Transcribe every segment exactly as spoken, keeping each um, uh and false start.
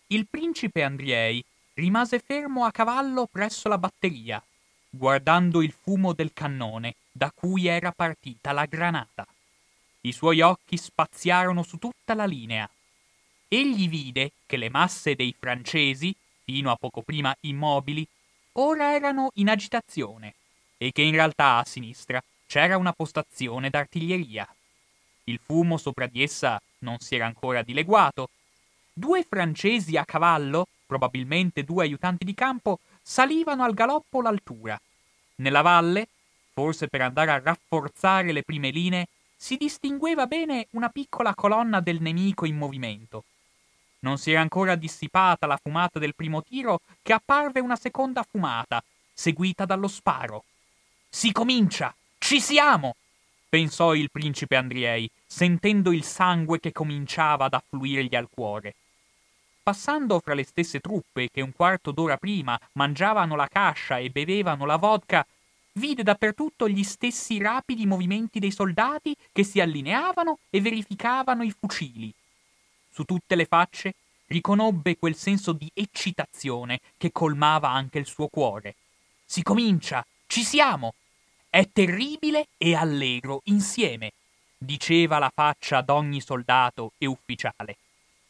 Il principe Andriei rimase fermo a cavallo presso la batteria, guardando il fumo del cannone da cui era partita la granata. I suoi occhi spaziarono su tutta la linea. Egli vide che le masse dei francesi, fino a poco prima immobili, ora erano in agitazione e che in realtà a sinistra c'era una postazione d'artiglieria. Il fumo sopra di essa non si era ancora dileguato. Due francesi a cavallo, probabilmente due aiutanti di campo, salivano al galoppo l'altura. Nella valle, forse per andare a rafforzare le prime linee, si distingueva bene una piccola colonna del nemico in movimento. Non si era ancora dissipata la fumata del primo tiro che apparve una seconda fumata, seguita dallo sparo. Si comincia! Ci siamo! Pensò il principe Andriei, sentendo il sangue che cominciava ad affluirgli al cuore. Passando fra le stesse truppe che un quarto d'ora prima mangiavano la cascia e bevevano la vodka, vide dappertutto gli stessi rapidi movimenti dei soldati che si allineavano e verificavano i fucili. Su tutte le facce riconobbe quel senso di eccitazione che colmava anche il suo cuore. Si comincia! Ci siamo! È terribile e allegro insieme, diceva la faccia d'ogni soldato e ufficiale.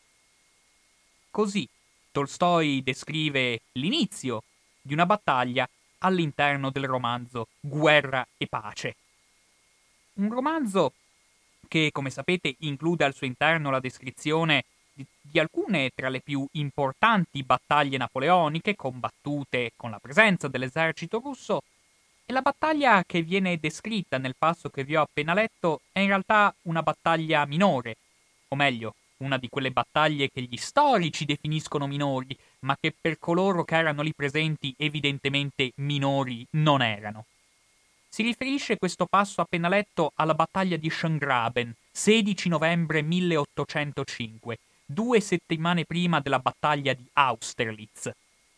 Così Tolstoi descrive l'inizio di una battaglia all'interno del romanzo Guerra e pace. Un romanzo che, come sapete, include al suo interno la descrizione di, di alcune tra le più importanti battaglie napoleoniche combattute con la presenza dell'esercito russo, e la battaglia che viene descritta nel passo che vi ho appena letto è in realtà una battaglia minore, o meglio, una di quelle battaglie che gli storici definiscono minori, ma che per coloro che erano lì presenti evidentemente minori non erano. Si riferisce questo passo appena letto alla battaglia di Schöngraben, sedici novembre milleottocentocinque, due settimane prima della battaglia di Austerlitz.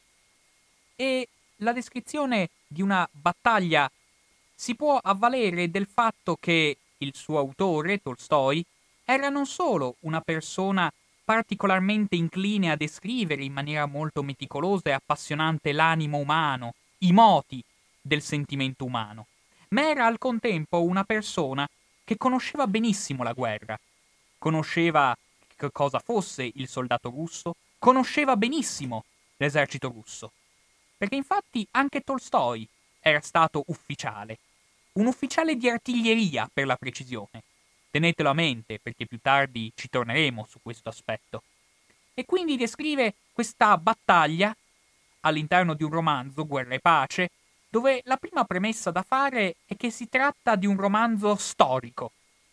E la descrizione di una battaglia si può avvalere del fatto che il suo autore, Tolstoi, era non solo una persona particolarmente incline a descrivere in maniera molto meticolosa e appassionante l'animo umano, i moti del sentimento umano, ma era al contempo una persona che conosceva benissimo la guerra, conosceva che cosa fosse il soldato russo, conosceva benissimo l'esercito russo. Perché infatti anche Tolstoi era stato ufficiale, un ufficiale di artiglieria per la precisione. Tenetelo a mente perché più tardi ci torneremo su questo aspetto. E quindi descrive questa battaglia all'interno di un romanzo, Guerra e pace, dove la prima premessa da fare è che si tratta di un romanzo storico.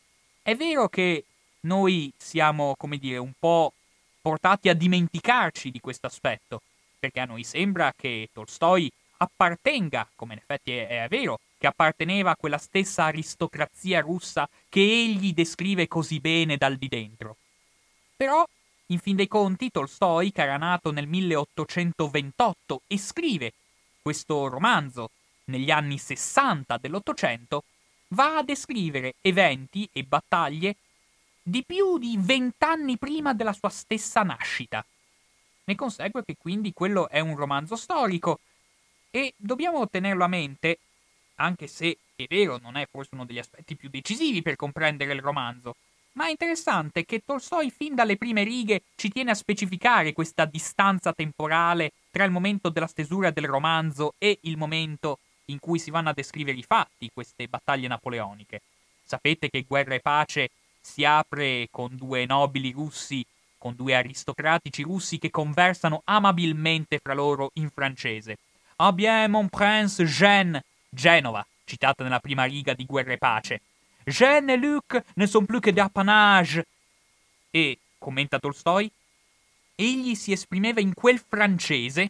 È vero che noi siamo, come dire, un po' portati a dimenticarci di questo aspetto, perché a noi sembra che Tolstoi appartenga, come in effetti è, è vero, che apparteneva a quella stessa aristocrazia russa che egli descrive così bene dal di dentro. Però, in fin dei conti, Tolstoi, che era nato nel milleottocentoventotto e scrive questo romanzo negli anni sessanta dell'Ottocento, va a descrivere eventi e battaglie di più di vent'anni prima della sua stessa nascita. Ne consegue che quindi quello è un romanzo storico e dobbiamo tenerlo a mente, anche se è vero non è forse uno degli aspetti più decisivi per comprendere il romanzo, ma è interessante che Tolstoi fin dalle prime righe ci tiene a specificare questa distanza temporale tra il momento della stesura del romanzo e il momento in cui si vanno a descrivere i fatti, queste battaglie napoleoniche. Sapete che Guerra e pace si apre con due nobili russi, con due aristocratici russi che conversano amabilmente fra loro in francese. Ah bien, mon prince, Gênes, Genova, citata nella prima riga di Guerra e pace. Gênes et Luc ne sont plus que des apanages. E, commenta Tolstoi, egli si esprimeva in quel francese,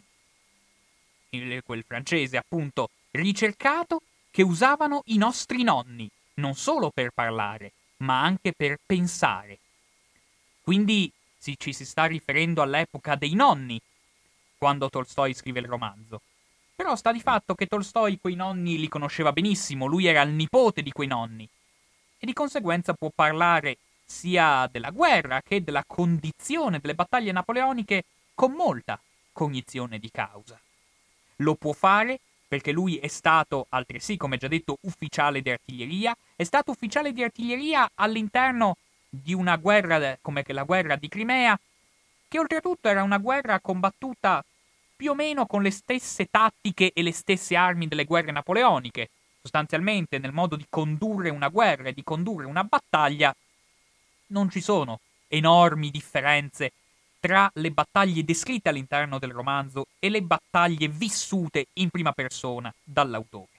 in quel francese appunto ricercato, che usavano i nostri nonni, non solo per parlare, ma anche per pensare. Quindi si, ci si sta riferendo all'epoca dei nonni, quando Tolstoi scrive il romanzo. Però sta di fatto che Tolstoi quei nonni li conosceva benissimo, lui era il nipote di quei nonni, e di conseguenza può parlare sia della guerra che della condizione delle battaglie napoleoniche con molta cognizione di causa. Lo può fare perché lui è stato, altresì, come già detto, ufficiale di artiglieria, è stato ufficiale di artiglieria all'interno di una guerra come la guerra di Crimea, che oltretutto era una guerra combattuta più o meno con le stesse tattiche e le stesse armi delle guerre napoleoniche. Sostanzialmente, nel modo di condurre una guerra e di condurre una battaglia, non ci sono enormi differenze tra le battaglie descritte all'interno del romanzo e le battaglie vissute in prima persona dall'autore.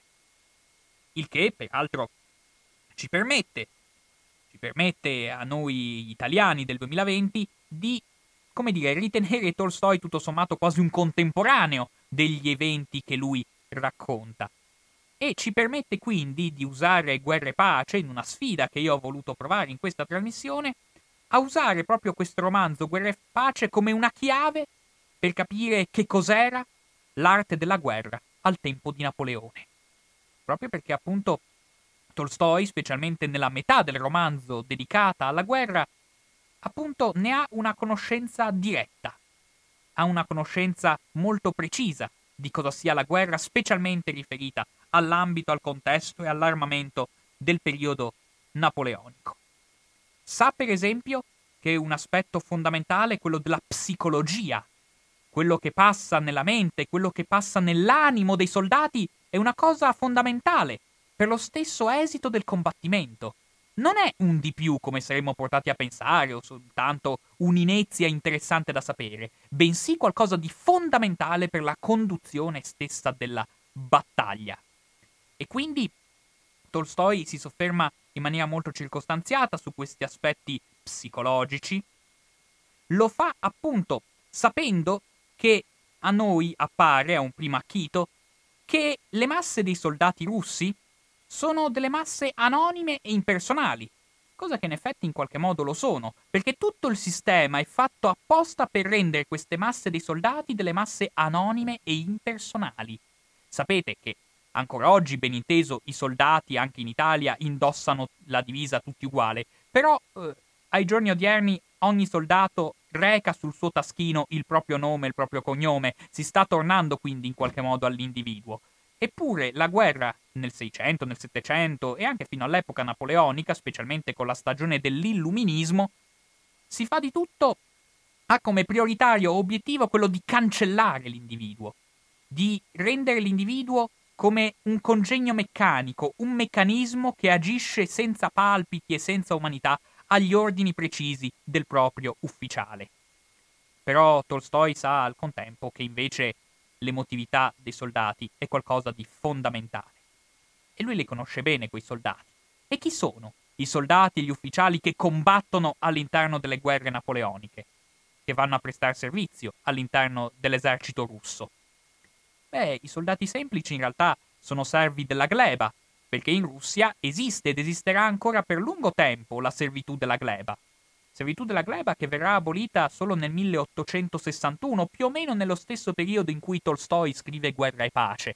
Il che, peraltro, ci permette, ci permette a noi italiani del duemilaventi di, come dire, ritenere Tolstoi tutto sommato quasi un contemporaneo degli eventi che lui racconta. E ci permette quindi di usare Guerra e Pace, in una sfida che io ho voluto provare in questa trasmissione, a usare proprio questo romanzo Guerra e Pace come una chiave per capire che cos'era l'arte della guerra al tempo di Napoleone. Proprio perché appunto Tolstoi, specialmente nella metà del romanzo dedicata alla guerra, appunto ne ha una conoscenza diretta, ha una conoscenza molto precisa di cosa sia la guerra, specialmente riferita all'ambito, al contesto e all'armamento del periodo napoleonico. Sa per esempio che un aspetto fondamentale è quello della psicologia, quello che passa nella mente, quello che passa nell'animo dei soldati è una cosa fondamentale per lo stesso esito del combattimento. Non è un di più come saremmo portati a pensare o soltanto un'inezia interessante da sapere, bensì qualcosa di fondamentale per la conduzione stessa della battaglia. E quindi Tolstoi si sofferma in maniera molto circostanziata su questi aspetti psicologici. Lo fa appunto sapendo che a noi appare, a un primo acchito, che le masse dei soldati russi sono delle masse anonime e impersonali, cosa che in effetti in qualche modo lo sono, perché tutto il sistema è fatto apposta per rendere queste masse dei soldati delle masse anonime e impersonali. Sapete che ancora oggi, ben inteso, i soldati anche in Italia indossano la divisa tutti uguale, però eh, ai giorni odierni ogni soldato reca sul suo taschino il proprio nome e il proprio cognome, si sta tornando quindi in qualche modo all'individuo. Eppure la guerra nel Seicento, nel Settecento e anche fino all'epoca napoleonica, specialmente con la stagione dell'illuminismo, si fa di tutto, ha come prioritario obiettivo quello di cancellare l'individuo, di rendere l'individuo come un congegno meccanico, un meccanismo che agisce senza palpiti e senza umanità agli ordini precisi del proprio ufficiale. Però Tolstoi sa al contempo che invece l'emotività dei soldati è qualcosa di fondamentale. E lui li conosce bene quei soldati. E chi sono i soldati e gli ufficiali che combattono all'interno delle guerre napoleoniche, che vanno a prestare servizio all'interno dell'esercito russo? Beh, i soldati semplici in realtà sono servi della gleba, perché in Russia esiste ed esisterà ancora per lungo tempo la servitù della gleba. Servitù della gleba che verrà abolita solo nel milleottocentosessantuno, più o meno nello stesso periodo in cui Tolstoi scrive Guerra e Pace.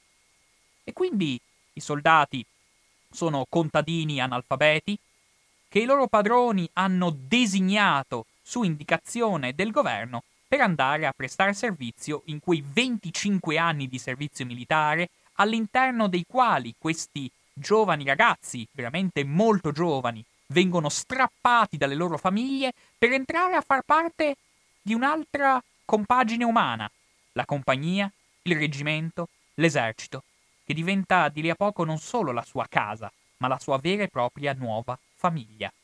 E quindi i soldati sono contadini analfabeti che i loro padroni hanno designato su indicazione del governo per andare a prestare servizio in quei venticinque anni di servizio militare, all'interno dei quali questi giovani ragazzi, veramente molto giovani, vengono strappati dalle loro famiglie per entrare a far parte di un'altra compagine umana, la compagnia, il reggimento, l'esercito, che diventa di lì a poco non solo la sua casa, ma la sua vera e propria nuova famiglia.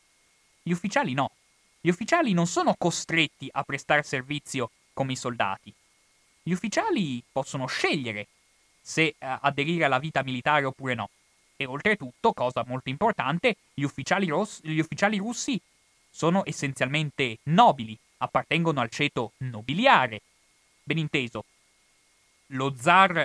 Gli ufficiali no. Gli ufficiali non sono costretti a prestare servizio come i soldati. Gli ufficiali possono scegliere se eh, aderire alla vita militare oppure no. E oltretutto, cosa molto importante, gli ufficiali, ros- gli ufficiali russi sono essenzialmente nobili, appartengono al ceto nobiliare. Ben inteso, lo zar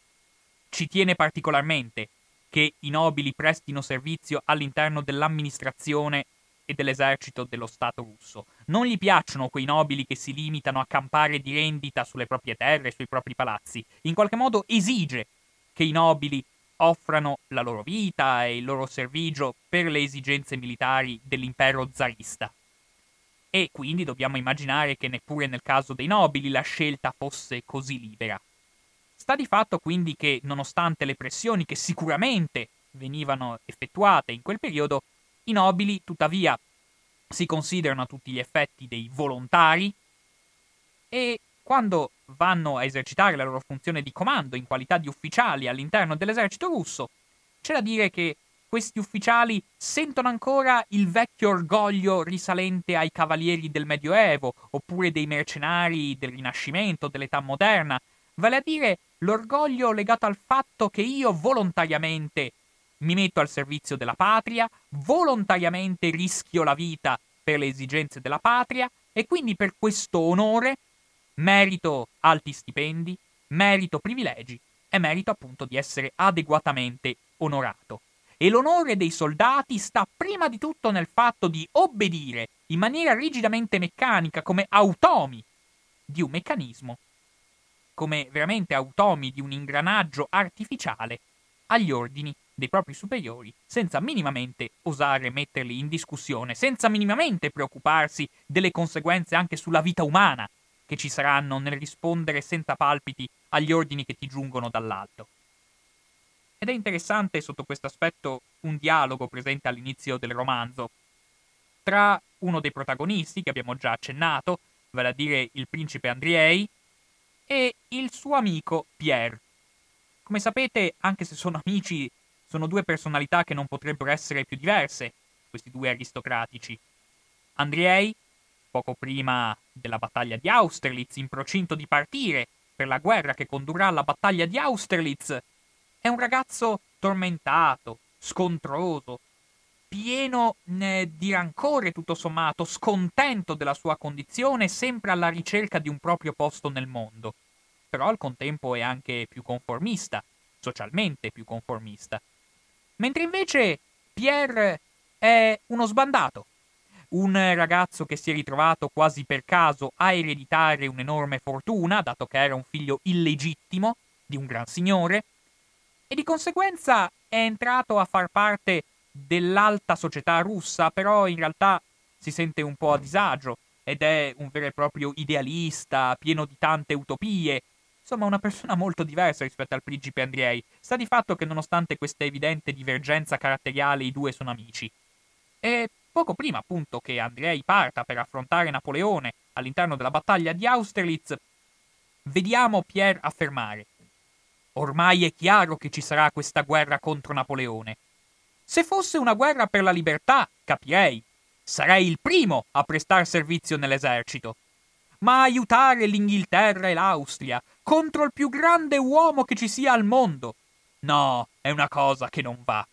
ci tiene particolarmente che i nobili prestino servizio all'interno dell'amministrazione e dell'esercito dello Stato russo. Non gli piacciono quei nobili che si limitano a campare di rendita sulle proprie terre, sui propri palazzi. In qualche modo esige che i nobili offrano la loro vita e il loro servigio per le esigenze militari dell'impero zarista. e quindi dobbiamo immaginare che neppure nel caso dei nobili la scelta fosse così libera. Sta di fatto quindi che, nonostante le pressioni che sicuramente venivano effettuate in quel periodo, i nobili tuttavia si considerano a tutti gli effetti dei volontari e quando vanno a esercitare la loro funzione di comando in qualità di ufficiali all'interno dell'esercito russo, c'è da dire che questi ufficiali sentono ancora il vecchio orgoglio risalente ai cavalieri del Medioevo, oppure dei mercenari del Rinascimento, dell'età moderna, vale a dire l'orgoglio legato al fatto che io volontariamente mi metto al servizio della patria, volontariamente rischio la vita per le esigenze della patria e quindi per questo onore merito alti stipendi, merito privilegi e merito appunto di essere adeguatamente onorato. E l'onore dei soldati sta prima di tutto nel fatto di obbedire in maniera rigidamente meccanica, come automi di un meccanismo, come veramente automi di un ingranaggio artificiale, agli ordini dei propri superiori, senza minimamente osare metterli in discussione, senza minimamente preoccuparsi delle conseguenze anche sulla vita umana che ci saranno nel rispondere senza palpiti agli ordini che ti giungono dall'alto. Ed è interessante sotto questo aspetto un dialogo presente all'inizio del romanzo tra uno dei protagonisti, che abbiamo già accennato, vale a dire il principe Andriei, e il suo amico Pierre. Come sapete, anche se sono amici, sono due personalità che non potrebbero essere più diverse, questi due aristocratici. Andriei, poco prima della battaglia di Austerlitz, in procinto di partire per la guerra che condurrà alla battaglia di Austerlitz, è un ragazzo tormentato, scontroso, pieno eh, di rancore tutto sommato, scontento della sua condizione, sempre alla ricerca di un proprio posto nel mondo. Però al contempo è anche più conformista, socialmente più conformista. Mentre invece Pierre è uno sbandato, un ragazzo che si è ritrovato quasi per caso a ereditare un'enorme fortuna, dato che era un figlio illegittimo di un gran signore, e di conseguenza è entrato a far parte dell'alta società russa, però in realtà si sente un po' a disagio ed è un vero e proprio idealista, pieno di tante utopie. Insomma, una persona molto diversa rispetto al principe Andriei. Sta di fatto che nonostante questa evidente divergenza caratteriale i due sono amici. E poco prima, appunto, che Andriei parta per affrontare Napoleone all'interno della battaglia di Austerlitz, vediamo Pierre affermare: ormai è chiaro che ci sarà questa guerra contro Napoleone. Se fosse una guerra per la libertà, capirei. Sarei il primo a prestar servizio nell'esercito. Ma aiutare l'Inghilterra e l'Austria contro il più grande uomo che ci sia al mondo? No, è una cosa che non va.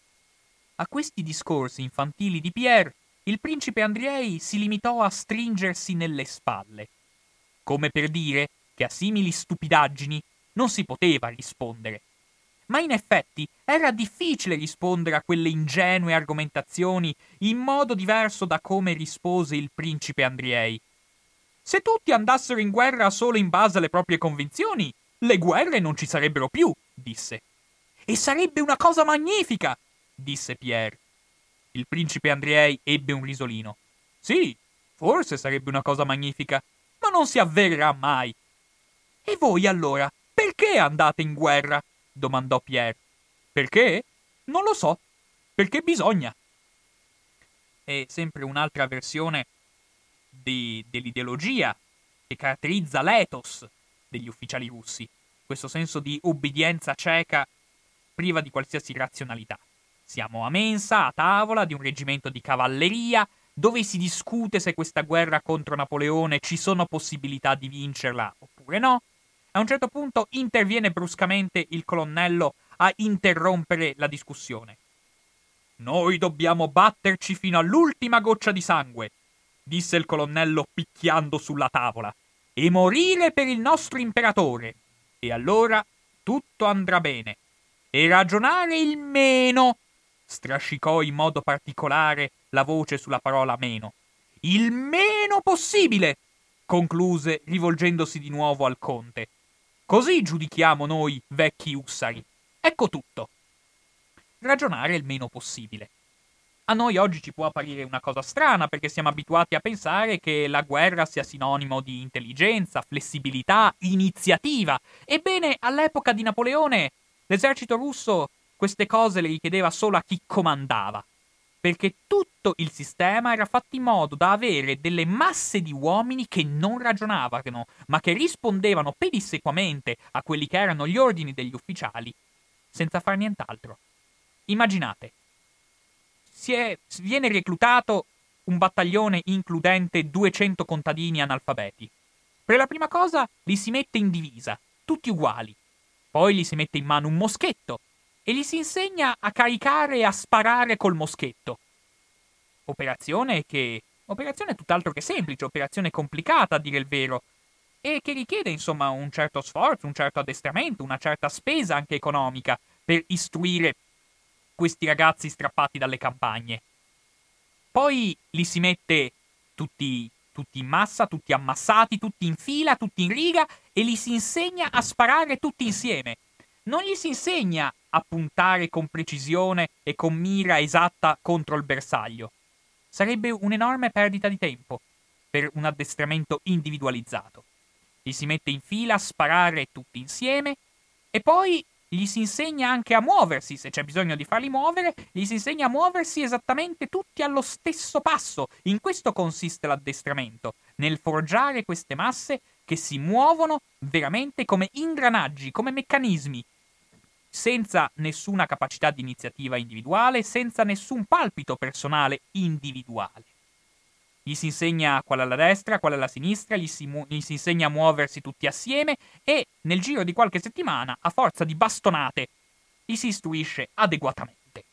A questi discorsi infantili di Pierre, il principe Andriei si limitò a stringersi nelle spalle, come per dire che a simili stupidaggini non si poteva rispondere. Ma in effetti era difficile rispondere a quelle ingenue argomentazioni in modo diverso da come rispose il principe Andriei. Se tutti andassero in guerra solo in base alle proprie convinzioni, le guerre non ci sarebbero più, disse. E sarebbe una cosa magnifica, disse Pierre. Il principe Andriei ebbe un risolino. Sì, forse sarebbe una cosa magnifica, ma non si avvererà mai. E voi allora, perché andate in guerra? Domandò Pierre. Perché? Non lo so. Perché bisogna. E sempre un'altra versione di, dell'ideologia che caratterizza l'ethos degli ufficiali russi, questo senso di obbedienza cieca priva di qualsiasi razionalità. Siamo a mensa, a tavola di un reggimento di cavalleria, dove si discute se questa guerra contro Napoleone ci sono possibilità di vincerla oppure no. A un certo punto interviene bruscamente il colonnello a interrompere la discussione. Noi dobbiamo batterci fino all'ultima goccia di sangue, disse il colonnello picchiando sulla tavola, e morire per il nostro imperatore. E allora tutto andrà bene. E ragionare il meno, strascicò in modo particolare la voce sulla parola meno. Il meno possibile, concluse rivolgendosi di nuovo al conte. Così giudichiamo noi, vecchi ussari. Ecco tutto. Ragionare il meno possibile. A noi oggi ci può apparire una cosa strana perché siamo abituati a pensare che la guerra sia sinonimo di intelligenza, flessibilità, iniziativa. Ebbene, all'epoca di Napoleone l'esercito russo queste cose le richiedeva solo a chi comandava, perché tutto il sistema era fatto in modo da avere delle masse di uomini che non ragionavano, ma che rispondevano pedissequamente a quelli che erano gli ordini degli ufficiali, senza far nient'altro. Immaginate, si è, viene reclutato un battaglione includente duecento contadini analfabeti. Per la prima cosa li si mette in divisa, tutti uguali. Poi gli si mette in mano un moschetto e gli si insegna a caricare e a sparare col moschetto. Operazione che... operazione tutt'altro che semplice, operazione complicata a dire il vero, e che richiede insomma un certo sforzo, un certo addestramento, una certa spesa anche economica per istruire questi ragazzi strappati dalle campagne. Poi li si mette tutti, tutti in massa, tutti ammassati, tutti in fila, tutti in riga e li si insegna a sparare tutti insieme. Non gli si insegna a puntare con precisione e con mira esatta contro il bersaglio. Sarebbe un'enorme perdita di tempo per un addestramento individualizzato. Li si mette in fila a sparare tutti insieme e poi gli si insegna anche a muoversi, se c'è bisogno di farli muovere, gli si insegna a muoversi esattamente tutti allo stesso passo. In questo consiste l'addestramento, nel forgiare queste masse che si muovono veramente come ingranaggi, come meccanismi, senza nessuna capacità di iniziativa individuale, senza nessun palpito personale individuale. Gli si insegna qual è la destra, qual è la sinistra, gli si, mu- gli si insegna a muoversi tutti assieme e, nel giro di qualche settimana, a forza di bastonate, li si istruisce adeguatamente.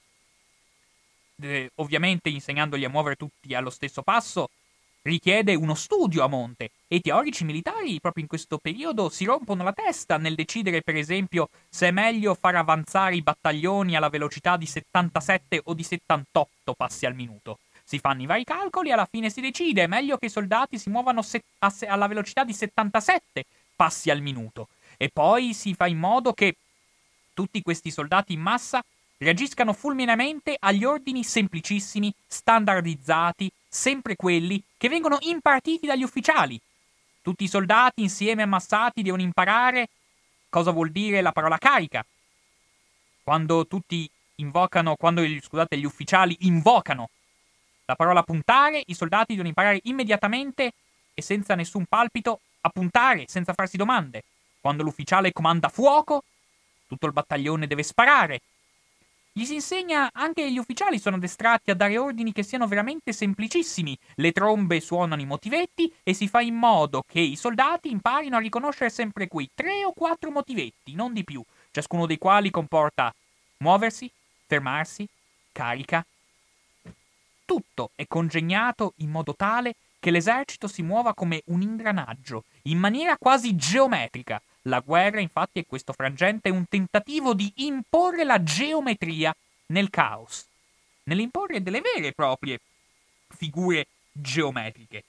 Eh, ovviamente, insegnandogli a muovere tutti allo stesso passo, richiede uno studio a monte e i teorici militari proprio in questo periodo si rompono la testa nel decidere per esempio se è meglio far avanzare i battaglioni alla velocità di settantasette o di settantotto passi al minuto. Si fanno i vari calcoli e alla fine si decide è meglio che i soldati si muovano se- a se- alla velocità di settantasette passi al minuto e poi si fa in modo che tutti questi soldati in massa reagiscano fulmineamente agli ordini semplicissimi, standardizzati, sempre quelli che vengono impartiti dagli ufficiali. Tutti i soldati insieme ammassati devono imparare cosa vuol dire la parola carica. Quando tutti invocano, quando scusate, gli ufficiali invocano la parola puntare, i soldati devono imparare immediatamente e senza nessun palpito a puntare, senza farsi domande. Quando l'ufficiale comanda fuoco, tutto il battaglione deve sparare. Gli si insegna anche che gli ufficiali sono addestrati a dare ordini che siano veramente semplicissimi. Le trombe suonano i motivetti e si fa in modo che i soldati imparino a riconoscere sempre quei tre o quattro motivetti, non di più, ciascuno dei quali comporta muoversi, fermarsi, carica. Tutto è congegnato in modo tale che l'esercito si muova come un ingranaggio, in maniera quasi geometrica. La guerra, infatti, è questo frangente un tentativo di imporre la geometria nel caos, nell'imporre delle vere e proprie figure geometriche.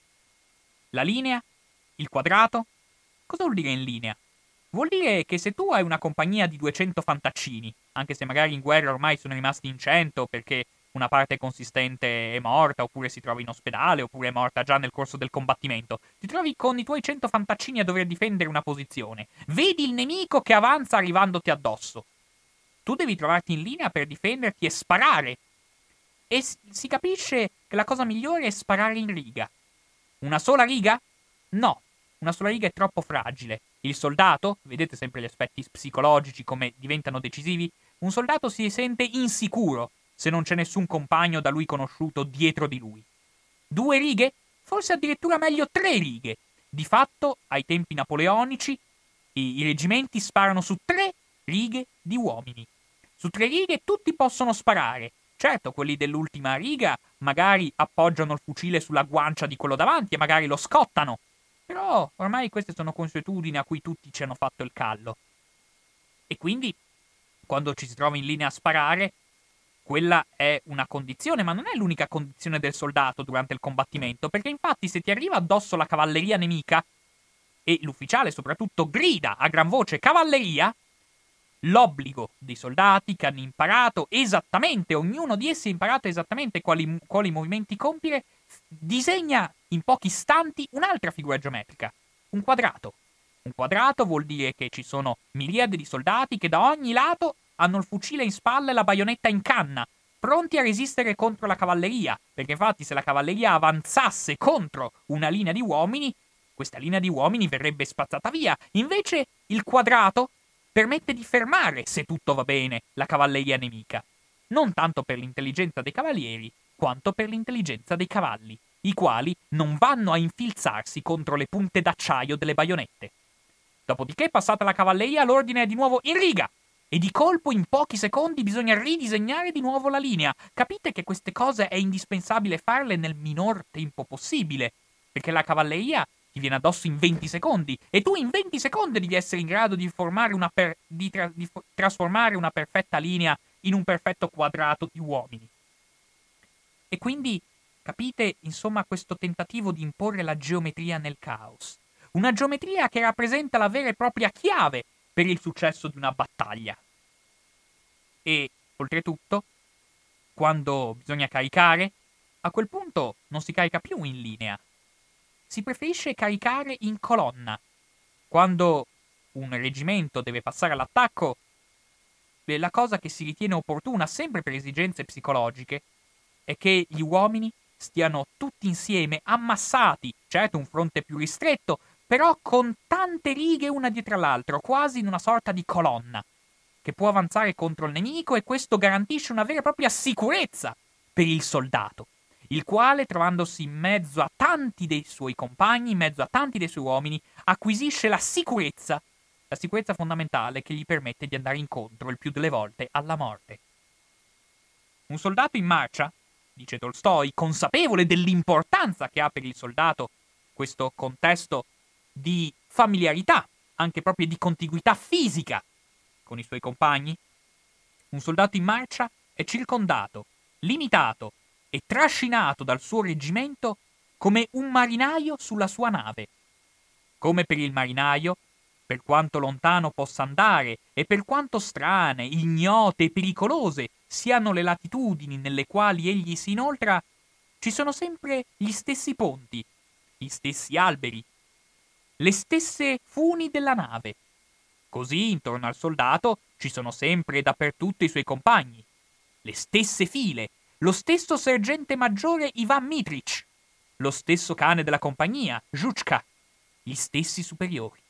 La linea? Il quadrato? Cosa vuol dire in linea? Vuol dire che se tu hai una compagnia di duecento fantaccini, anche se magari in guerra ormai sono rimasti in cento perché una parte consistente è morta, oppure si trova in ospedale, oppure è morta già nel corso del combattimento. Ti trovi con i tuoi cento fantaccini a dover difendere una posizione. Vedi il nemico che avanza arrivandoti addosso. Tu devi trovarti in linea per difenderti e sparare. E si capisce che la cosa migliore è sparare in riga. Una sola riga? No, una sola riga è troppo fragile. Il soldato, vedete sempre gli aspetti psicologici come diventano decisivi, un soldato si sente insicuro se non c'è nessun compagno da lui conosciuto dietro di lui. Due righe? Forse addirittura meglio tre righe. Di fatto, ai tempi napoleonici, i, i reggimenti sparano su tre righe di uomini. Su tre righe tutti possono sparare. Certo, quelli dell'ultima riga magari appoggiano il fucile sulla guancia di quello davanti e magari lo scottano. Però ormai queste sono consuetudini a cui tutti ci hanno fatto il callo. E quindi, quando ci si trova in linea a sparare, quella è una condizione, ma non è l'unica condizione del soldato durante il combattimento, perché infatti se ti arriva addosso la cavalleria nemica, e l'ufficiale soprattutto grida a gran voce cavalleria, l'obbligo dei soldati che hanno imparato esattamente, ognuno di essi ha imparato esattamente quali, quali movimenti compiere, disegna in pochi istanti un'altra figura geometrica, un quadrato. Un quadrato vuol dire che ci sono miriadi di soldati che da ogni lato hanno il fucile in spalla e la baionetta in canna, pronti a resistere contro la cavalleria, perché infatti se la cavalleria avanzasse contro una linea di uomini, questa linea di uomini verrebbe spazzata via. Invece il quadrato permette di fermare, se tutto va bene, la cavalleria nemica. Non tanto per l'intelligenza dei cavalieri, quanto per l'intelligenza dei cavalli, i quali non vanno a infilzarsi contro le punte d'acciaio delle baionette. Dopodiché, passata la cavalleria, l'ordine è di nuovo in riga. E di colpo, in pochi secondi, bisogna ridisegnare di nuovo la linea. Capite che queste cose è indispensabile farle nel minor tempo possibile, perché la cavalleria ti viene addosso in venti secondi e tu in venti secondi devi essere in grado di, formare una per- di, tra- di fo- trasformare una perfetta linea in un perfetto quadrato di uomini. E quindi capite, insomma, questo tentativo di imporre la geometria nel caos. Una geometria che rappresenta la vera e propria chiave per il successo di una battaglia. E, oltretutto, quando bisogna caricare, a quel punto non si carica più in linea. Si preferisce caricare in colonna. Quando un reggimento deve passare all'attacco, la cosa che si ritiene opportuna, sempre per esigenze psicologiche, è che gli uomini stiano tutti insieme, ammassati, certo un fronte più ristretto, però con tante righe una dietro l'altra, quasi in una sorta di colonna, che può avanzare contro il nemico, e questo garantisce una vera e propria sicurezza per il soldato, il quale, trovandosi in mezzo a tanti dei suoi compagni, in mezzo a tanti dei suoi uomini, acquisisce la sicurezza, la sicurezza fondamentale che gli permette di andare incontro il più delle volte alla morte. Un soldato in marcia, dice Tolstoi, consapevole dell'importanza che ha per il soldato questo contesto di familiarità, anche proprio di contiguità fisica con i suoi compagni, un soldato in marcia è circondato, limitato e trascinato dal suo reggimento come un marinaio sulla sua nave. Come per il marinaio, per quanto lontano possa andare e per quanto strane, ignote e pericolose siano le latitudini nelle quali egli si inoltra, ci sono sempre gli stessi ponti, gli stessi alberi, le stesse funi della nave. Così, intorno al soldato, ci sono sempre e dappertutto i suoi compagni, le stesse file, lo stesso sergente maggiore Ivan Mitrich, lo stesso cane della compagnia, Zhuchka, gli stessi superiori.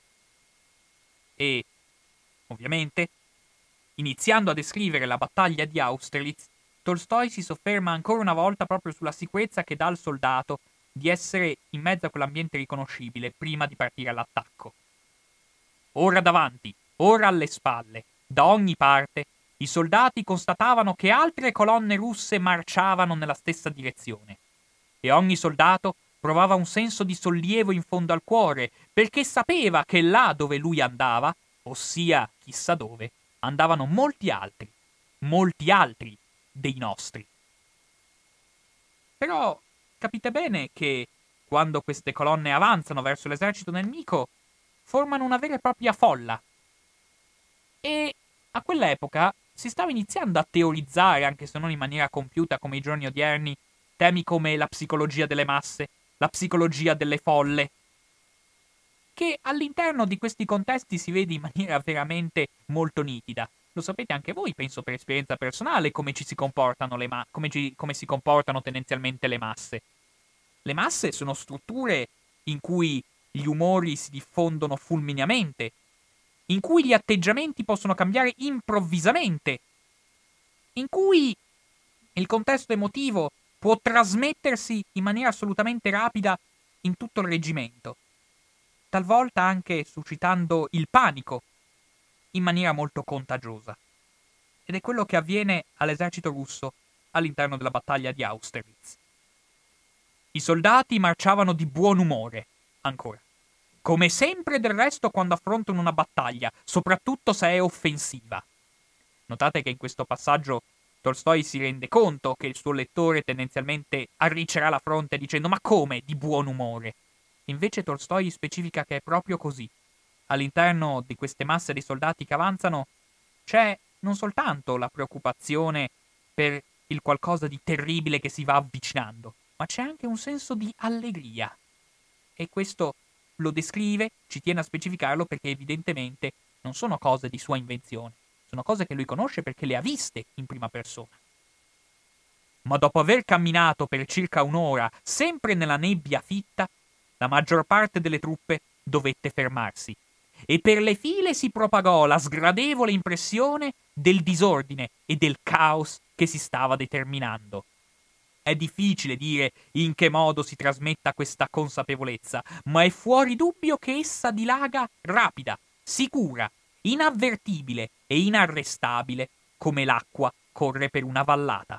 E, ovviamente, iniziando a descrivere la battaglia di Austerlitz, Tolstoi si sofferma ancora una volta proprio sulla sicurezza che dà al soldato di essere in mezzo a quell'ambiente riconoscibile prima di partire all'attacco. Ora davanti, ora alle spalle, da ogni parte, i soldati constatavano che altre colonne russe marciavano nella stessa direzione. E ogni soldato provava un senso di sollievo in fondo al cuore, perché sapeva che là dove lui andava, ossia chissà dove, andavano molti altri, molti altri dei nostri. Però capite bene che quando queste colonne avanzano verso l'esercito nemico, formano una vera e propria folla. E a quell'epoca si stava iniziando a teorizzare, anche se non in maniera compiuta come i giorni odierni, temi come la psicologia delle masse, la psicologia delle folle, che all'interno di questi contesti si vede in maniera veramente molto nitida. Lo sapete anche voi, penso per esperienza personale, come ci si comportano le ma- come, ci- come si comportano tendenzialmente le masse. Le masse sono strutture in cui gli umori si diffondono fulmineamente, in cui gli atteggiamenti possono cambiare improvvisamente, in cui il contesto emotivo può trasmettersi in maniera assolutamente rapida in tutto il reggimento, talvolta anche suscitando il panico in maniera molto contagiosa. Ed è quello che avviene all'esercito russo all'interno della battaglia di Austerlitz. I soldati marciavano di buon umore, ancora, come sempre del resto quando affrontano una battaglia, soprattutto se è offensiva. Notate che in questo passaggio Tolstoi si rende conto che il suo lettore tendenzialmente arriccerà la fronte dicendo «Ma come di buon umore?» Invece Tolstoi specifica che è proprio così. All'interno di queste masse di soldati che avanzano c'è non soltanto la preoccupazione per il qualcosa di terribile che si va avvicinando, ma c'è anche un senso di allegria. E questo lo descrive, ci tiene a specificarlo perché evidentemente non sono cose di sua invenzione, sono cose che lui conosce perché le ha viste in prima persona. Ma dopo aver camminato per circa un'ora, sempre nella nebbia fitta, la maggior parte delle truppe dovette fermarsi, e per le file si propagò la sgradevole impressione del disordine e del caos che si stava determinando. È difficile dire in che modo si trasmetta questa consapevolezza, ma è fuori dubbio che essa dilaga rapida, sicura, inavvertibile e inarrestabile, come l'acqua corre per una vallata.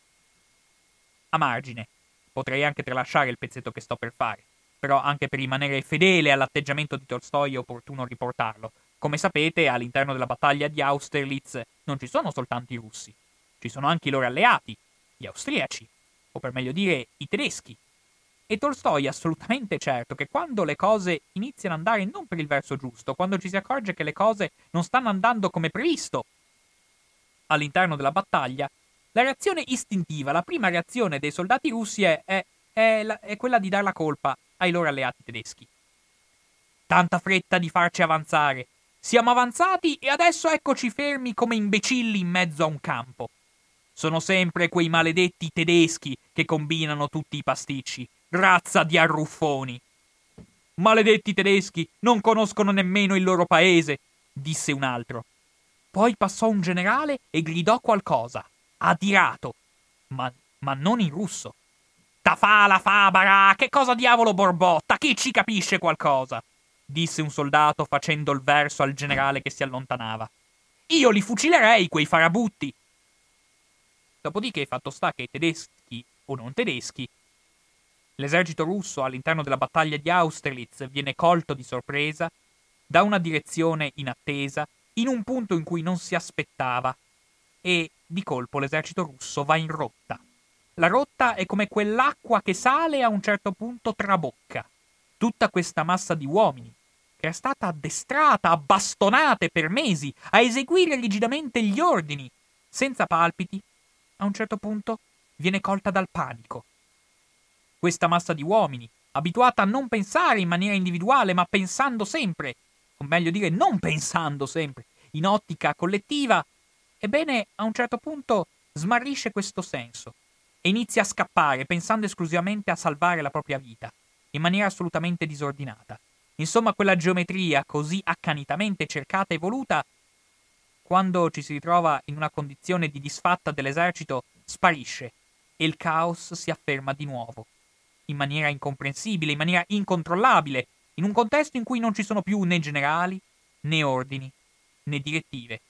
A margine, potrei anche tralasciare il pezzetto che sto per fare, però anche per rimanere fedele all'atteggiamento di Tolstoi è opportuno riportarlo. Come sapete, all'interno della battaglia di Austerlitz non ci sono soltanto i russi, ci sono anche i loro alleati, gli austriaci, o per meglio dire i tedeschi. E Tolstoi è assolutamente certo che quando le cose iniziano ad andare non per il verso giusto, quando ci si accorge che le cose non stanno andando come previsto all'interno della battaglia, la reazione istintiva, la prima reazione dei soldati russi è, è, è, la, è quella di dar la colpa ai loro alleati tedeschi. Tanta fretta di farci avanzare. Siamo avanzati e adesso eccoci fermi come imbecilli in mezzo a un campo. Sono sempre quei maledetti tedeschi che combinano tutti i pasticci. Razza di arruffoni. Maledetti tedeschi, non conoscono nemmeno il loro paese, disse un altro. Poi passò un generale e gridò qualcosa, adirato, ma, ma non in russo. Tafala fabara, che cosa diavolo borbotta, chi ci capisce qualcosa? Disse un soldato facendo il verso al generale che si allontanava. Io li fucilerei, quei farabutti. Dopodiché, fatto sta che tedeschi o non tedeschi, l'esercito russo all'interno della battaglia di Austerlitz viene colto di sorpresa da una direzione inattesa, in un punto in cui non si aspettava, e di colpo l'esercito russo va in rotta. La rotta è come quell'acqua che sale e a un certo punto trabocca. Tutta questa massa di uomini, che è stata addestrata, abbastonate per mesi a eseguire rigidamente gli ordini, senza palpiti, a un certo punto viene colta dal panico. Questa massa di uomini, abituata a non pensare in maniera individuale, ma pensando sempre, o meglio dire non pensando sempre, in ottica collettiva, ebbene a un certo punto smarrisce questo senso e inizia a scappare pensando esclusivamente a salvare la propria vita, in maniera assolutamente disordinata. Insomma, quella geometria così accanitamente cercata e voluta, quando ci si ritrova in una condizione di disfatta dell'esercito, sparisce e il caos si afferma di nuovo, in maniera incomprensibile, in maniera incontrollabile, in un contesto in cui non ci sono più né generali, né ordini, né direttive.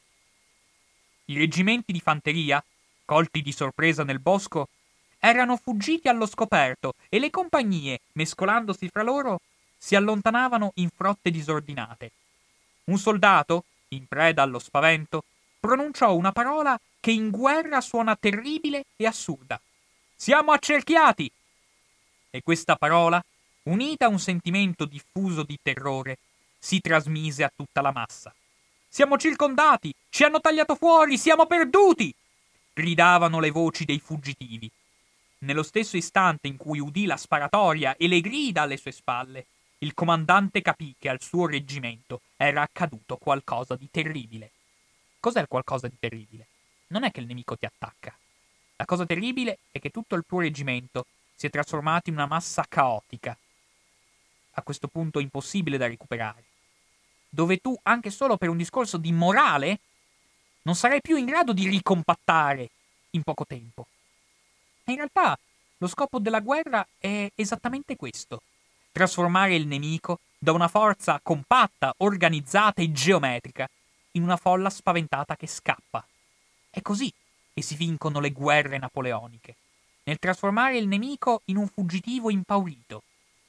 I reggimenti di fanteria, colti di sorpresa nel bosco, erano fuggiti allo scoperto e le compagnie, mescolandosi fra loro, si allontanavano in frotte disordinate. Un soldato, in preda allo spavento, pronunciò una parola che in guerra suona terribile e assurda. Siamo accerchiati! E questa parola, unita a un sentimento diffuso di terrore, si trasmise a tutta la massa. Siamo circondati! Ci hanno tagliato fuori! Siamo perduti! Gridavano le voci dei fuggitivi. Nello stesso istante in cui udì la sparatoria e le grida alle sue spalle, il comandante capì che al suo reggimento era accaduto qualcosa di terribile. Cos'è il qualcosa di terribile? Non è che il nemico ti attacca. La cosa terribile è che tutto il tuo reggimento si è trasformato in una massa caotica, a questo punto impossibile da recuperare, dove tu, anche solo per un discorso di morale, non sarai più in grado di ricompattare in poco tempo. E in realtà lo scopo della guerra è esattamente questo: trasformare il nemico da una forza compatta, organizzata e geometrica in una folla spaventata che scappa. È così che si vincono le guerre napoleoniche, nel trasformare il nemico in un fuggitivo impaurito,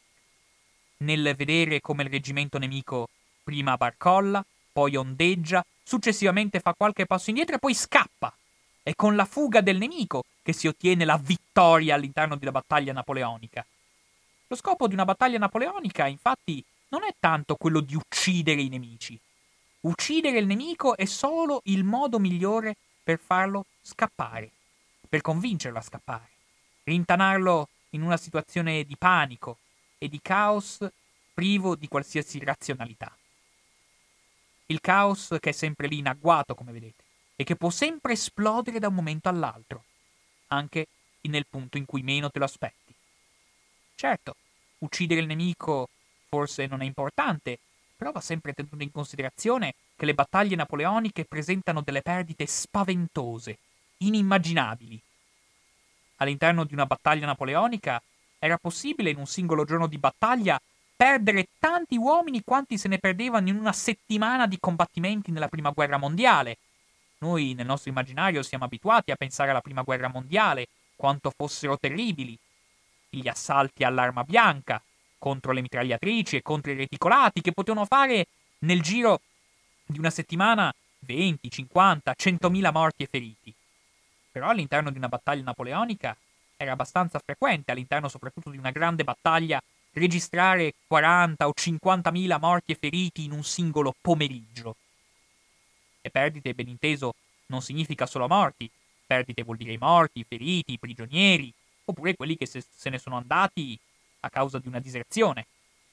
nel vedere come il reggimento nemico prima barcolla, poi ondeggia, successivamente fa qualche passo indietro e poi scappa. È con la fuga del nemico che si ottiene la vittoria all'interno della battaglia napoleonica. Lo scopo di una battaglia napoleonica, infatti, non è tanto quello di uccidere i nemici, Uccidere il nemico è solo il modo migliore per farlo scappare, per convincerlo a scappare, rintanarlo in una situazione di panico e di caos privo di qualsiasi razionalità. Il caos che è sempre lì in agguato, come vedete, e che può sempre esplodere da un momento all'altro, anche nel punto in cui meno te lo aspetti. Certo, uccidere il nemico forse non è importante, però va sempre tenuto in considerazione che le battaglie napoleoniche presentano delle perdite spaventose, inimmaginabili. All'interno di una battaglia napoleonica era possibile in un singolo giorno di battaglia perdere tanti uomini quanti se ne perdevano in una settimana di combattimenti nella Prima Guerra Mondiale. Noi nel nostro immaginario siamo abituati a pensare alla Prima Guerra Mondiale, quanto fossero terribili. Gli assalti all'arma bianca, contro le mitragliatrici e contro i reticolati, che potevano fare nel giro di una settimana venti, cinquanta, centomila morti e feriti. Però all'interno di una battaglia napoleonica era abbastanza frequente, all'interno soprattutto di una grande battaglia, registrare quaranta o cinquantamila morti e feriti in un singolo pomeriggio. E perdite, ben inteso, non significa solo morti. Perdite vuol dire i morti, i feriti, i prigionieri, oppure quelli che se, se ne sono andati a causa di una diserzione.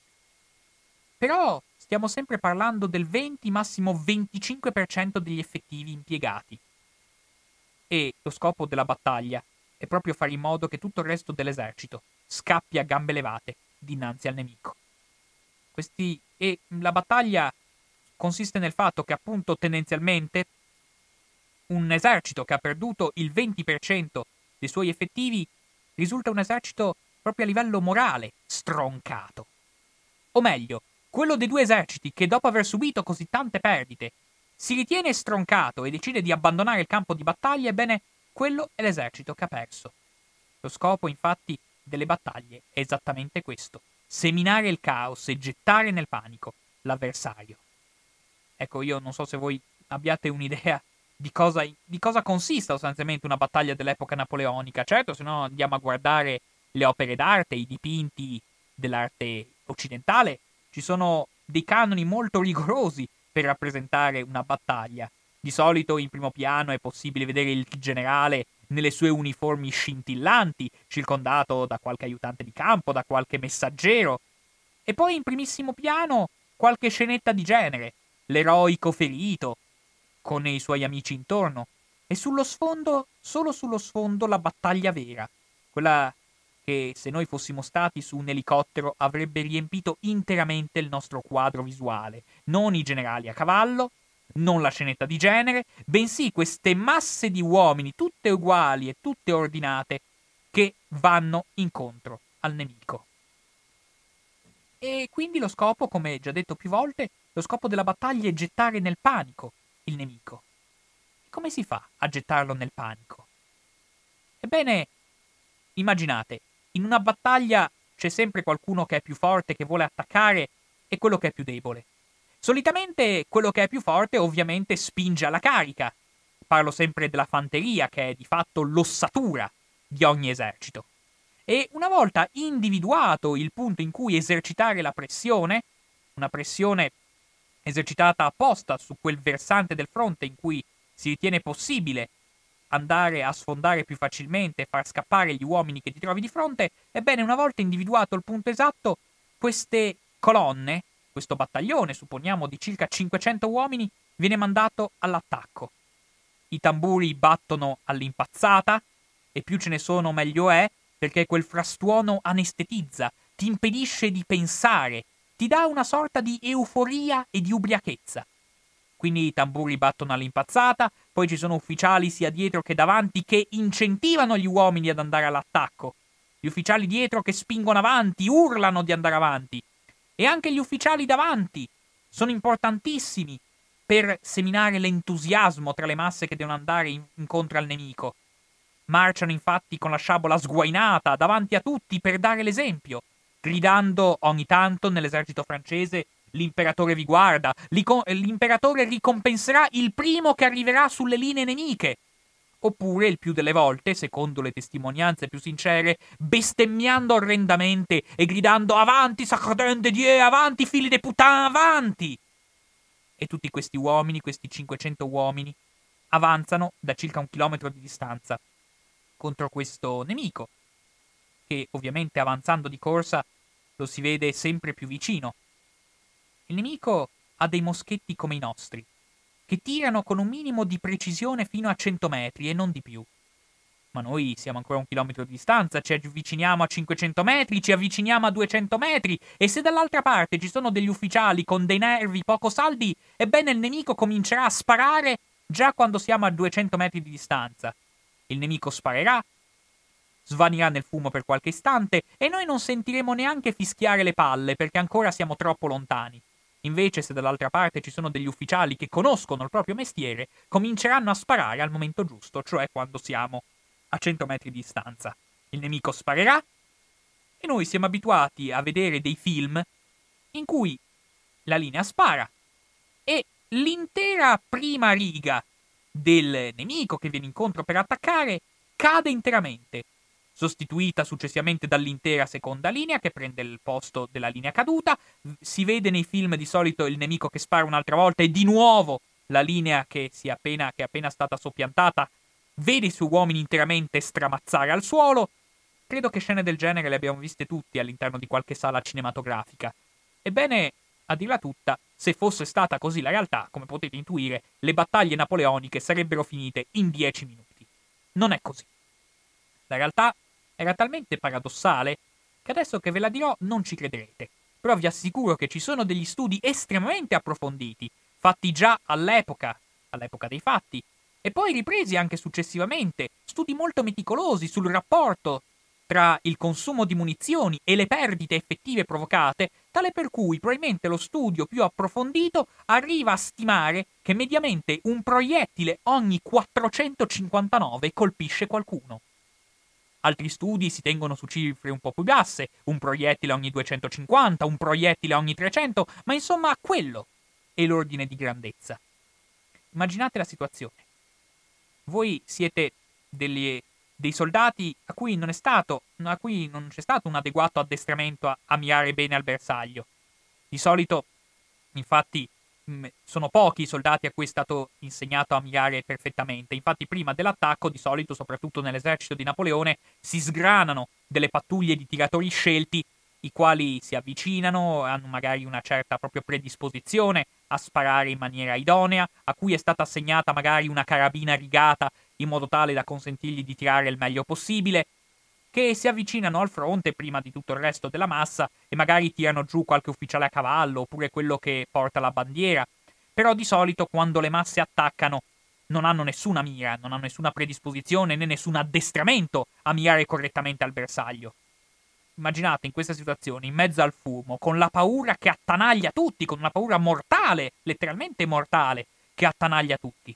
Però stiamo sempre parlando del venti, massimo venticinque per cento degli effettivi impiegati. E lo scopo della battaglia è proprio fare in modo che tutto il resto dell'esercito scappi a gambe levate dinanzi al nemico. Questi, e la battaglia consiste nel fatto che appunto tendenzialmente un esercito che ha perduto il venti per cento dei suoi effettivi risulta un esercito proprio a livello morale stroncato. O meglio, quello dei due eserciti che dopo aver subito così tante perdite si ritiene stroncato e decide di abbandonare il campo di battaglia, ebbene, quello è l'esercito che ha perso. Lo scopo, infatti, delle battaglie è esattamente questo: seminare il caos e gettare nel panico l'avversario. Ecco, io non so se voi abbiate un'idea di cosa, di cosa consista sostanzialmente una battaglia dell'epoca napoleonica. Certo, se no andiamo a guardare le opere d'arte, i dipinti dell'arte occidentale, ci sono dei canoni molto rigorosi per rappresentare una battaglia. Di solito in primo piano è possibile vedere il generale nelle sue uniformi scintillanti, circondato da qualche aiutante di campo, da qualche messaggero, e poi in primissimo piano qualche scenetta di genere, l'eroico ferito, con i suoi amici intorno, e sullo sfondo, solo sullo sfondo, la battaglia vera, quella che se noi fossimo stati su un elicottero avrebbe riempito interamente il nostro quadro visuale, non i generali a cavallo, non la scenetta di genere, bensì queste masse di uomini, tutte uguali e tutte ordinate, che vanno incontro al nemico. E quindi lo scopo, come già detto più volte, lo scopo della battaglia è gettare nel panico il nemico. Come si fa a gettarlo nel panico? Ebbene, immaginate, in una battaglia c'è sempre qualcuno che è più forte, che vuole attaccare, e quello che è più debole. Solitamente quello che è più forte ovviamente spinge alla carica. Parlo sempre della fanteria, che è di fatto l'ossatura di ogni esercito. E una volta individuato il punto in cui esercitare la pressione, una pressione esercitata apposta su quel versante del fronte in cui si ritiene possibile andare a sfondare più facilmente e far scappare gli uomini che ti trovi di fronte, ebbene, una volta individuato il punto esatto, queste colonne, questo battaglione, supponiamo di circa cinquecento uomini, viene mandato all'attacco. I tamburi battono all'impazzata, e più ce ne sono meglio è, perché quel frastuono anestetizza, ti impedisce di pensare, ti dà una sorta di euforia e di ubriachezza. Quindi i tamburi battono all'impazzata, poi ci sono ufficiali sia dietro che davanti che incentivano gli uomini ad andare all'attacco. Gli ufficiali dietro che spingono avanti, urlano di andare avanti. E anche gli ufficiali davanti sono importantissimi per seminare l'entusiasmo tra le masse che devono andare in- incontro al nemico. Marciano infatti con la sciabola sguainata davanti a tutti per dare l'esempio, gridando ogni tanto nell'esercito francese: l'imperatore vi guarda, l'imperatore ricompenserà il primo che arriverà sulle linee nemiche. Oppure, il più delle volte, secondo le testimonianze più sincere, bestemmiando orrendamente e gridando: avanti, sacredin de Dieu, avanti, figli de putain, avanti! E tutti questi uomini, questi cinquecento uomini, avanzano da circa un chilometro di distanza contro questo nemico, che ovviamente avanzando di corsa lo si vede sempre più vicino. Il nemico ha dei moschetti come i nostri, che tirano con un minimo di precisione fino a cento metri e non di più. Ma noi siamo ancora a un chilometro di distanza, ci avviciniamo a cinquecento metri, ci avviciniamo a duecento metri, e se dall'altra parte ci sono degli ufficiali con dei nervi poco saldi, ebbene il nemico comincerà a sparare già quando siamo a duecento metri di distanza. Il nemico sparerà, svanirà nel fumo per qualche istante, e noi non sentiremo neanche fischiare le palle, perché ancora siamo troppo lontani. Invece, se dall'altra parte ci sono degli ufficiali che conoscono il proprio mestiere, cominceranno a sparare al momento giusto, cioè quando siamo a cento metri di distanza. Il nemico sparerà, e noi siamo abituati a vedere dei film in cui la linea spara e l'intera prima riga del nemico che viene incontro per attaccare cade interamente, sostituita successivamente dall'intera seconda linea che prende il posto della linea caduta. Si vede nei film di solito il nemico che spara un'altra volta e di nuovo la linea che, si è appena, che è appena stata soppiantata vede i suoi uomini interamente stramazzare al suolo. Credo che scene del genere le abbiamo viste tutti all'interno di qualche sala cinematografica. Ebbene, a dirla tutta, se fosse stata così la realtà, come potete intuire, le battaglie napoleoniche sarebbero finite in dieci minuti. Non è così. La realtà era talmente paradossale che adesso che ve la dirò non ci crederete. Però vi assicuro che ci sono degli studi estremamente approfonditi, fatti già all'epoca, all'epoca dei fatti, e poi ripresi anche successivamente, studi molto meticolosi sul rapporto tra il consumo di munizioni e le perdite effettive provocate, tale per cui probabilmente lo studio più approfondito arriva a stimare che mediamente un proiettile ogni quattrocentocinquantanove colpisce qualcuno. Altri studi si tengono su cifre un po' più basse, un proiettile ogni duecentocinquanta, un proiettile ogni trecento, ma insomma quello è l'ordine di grandezza. Immaginate la situazione. Voi siete degli, dei soldati a cui non è stato, a cui non c'è stato un adeguato addestramento a, a mirare bene al bersaglio. Di solito, infatti, mh, sono pochi i soldati a cui è stato insegnato a mirare perfettamente. Infatti, prima dell'attacco, di solito, soprattutto nell'esercito di Napoleone, si sgranano delle pattuglie di tiratori scelti, i quali si avvicinano, hanno magari una certa proprio predisposizione a sparare in maniera idonea, a cui è stata assegnata magari una carabina rigata in modo tale da consentirgli di tirare il meglio possibile, che si avvicinano al fronte prima di tutto il resto della massa e magari tirano giù qualche ufficiale a cavallo oppure quello che porta la bandiera. Però di solito quando le masse attaccano non hanno nessuna mira, non hanno nessuna predisposizione né nessun addestramento a mirare correttamente al bersaglio. Immaginate in questa situazione, in mezzo al fumo, con la paura che attanaglia tutti, con una paura mortale, letteralmente mortale, che attanaglia tutti.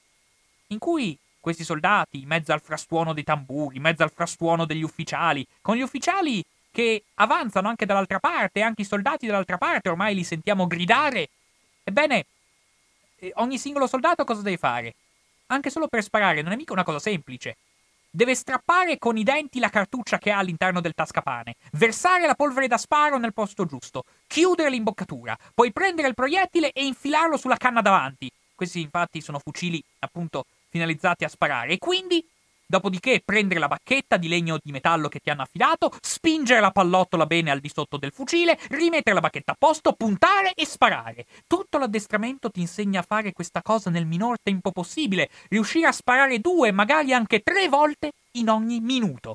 In cui questi soldati, in mezzo al frastuono dei tamburi, in mezzo al frastuono degli ufficiali, con gli ufficiali che avanzano anche dall'altra parte, anche i soldati dall'altra parte, ormai li sentiamo gridare. Ebbene, ogni singolo soldato cosa deve fare? Anche solo per sparare non è mica una cosa semplice. Deve strappare con i denti la cartuccia che ha all'interno del tascapane, versare la polvere da sparo nel posto giusto, chiudere l'imboccatura, poi prendere il proiettile e infilarlo sulla canna davanti. Questi infatti sono fucili appunto finalizzati a sparare. E quindi, dopodiché, prendere la bacchetta di legno o di metallo che ti hanno affidato, spingere la pallottola bene al di sotto del fucile, rimettere la bacchetta a posto, puntare e sparare. Tutto l'addestramento ti insegna a fare questa cosa nel minor tempo possibile, riuscire a sparare due, magari anche tre volte in ogni minuto.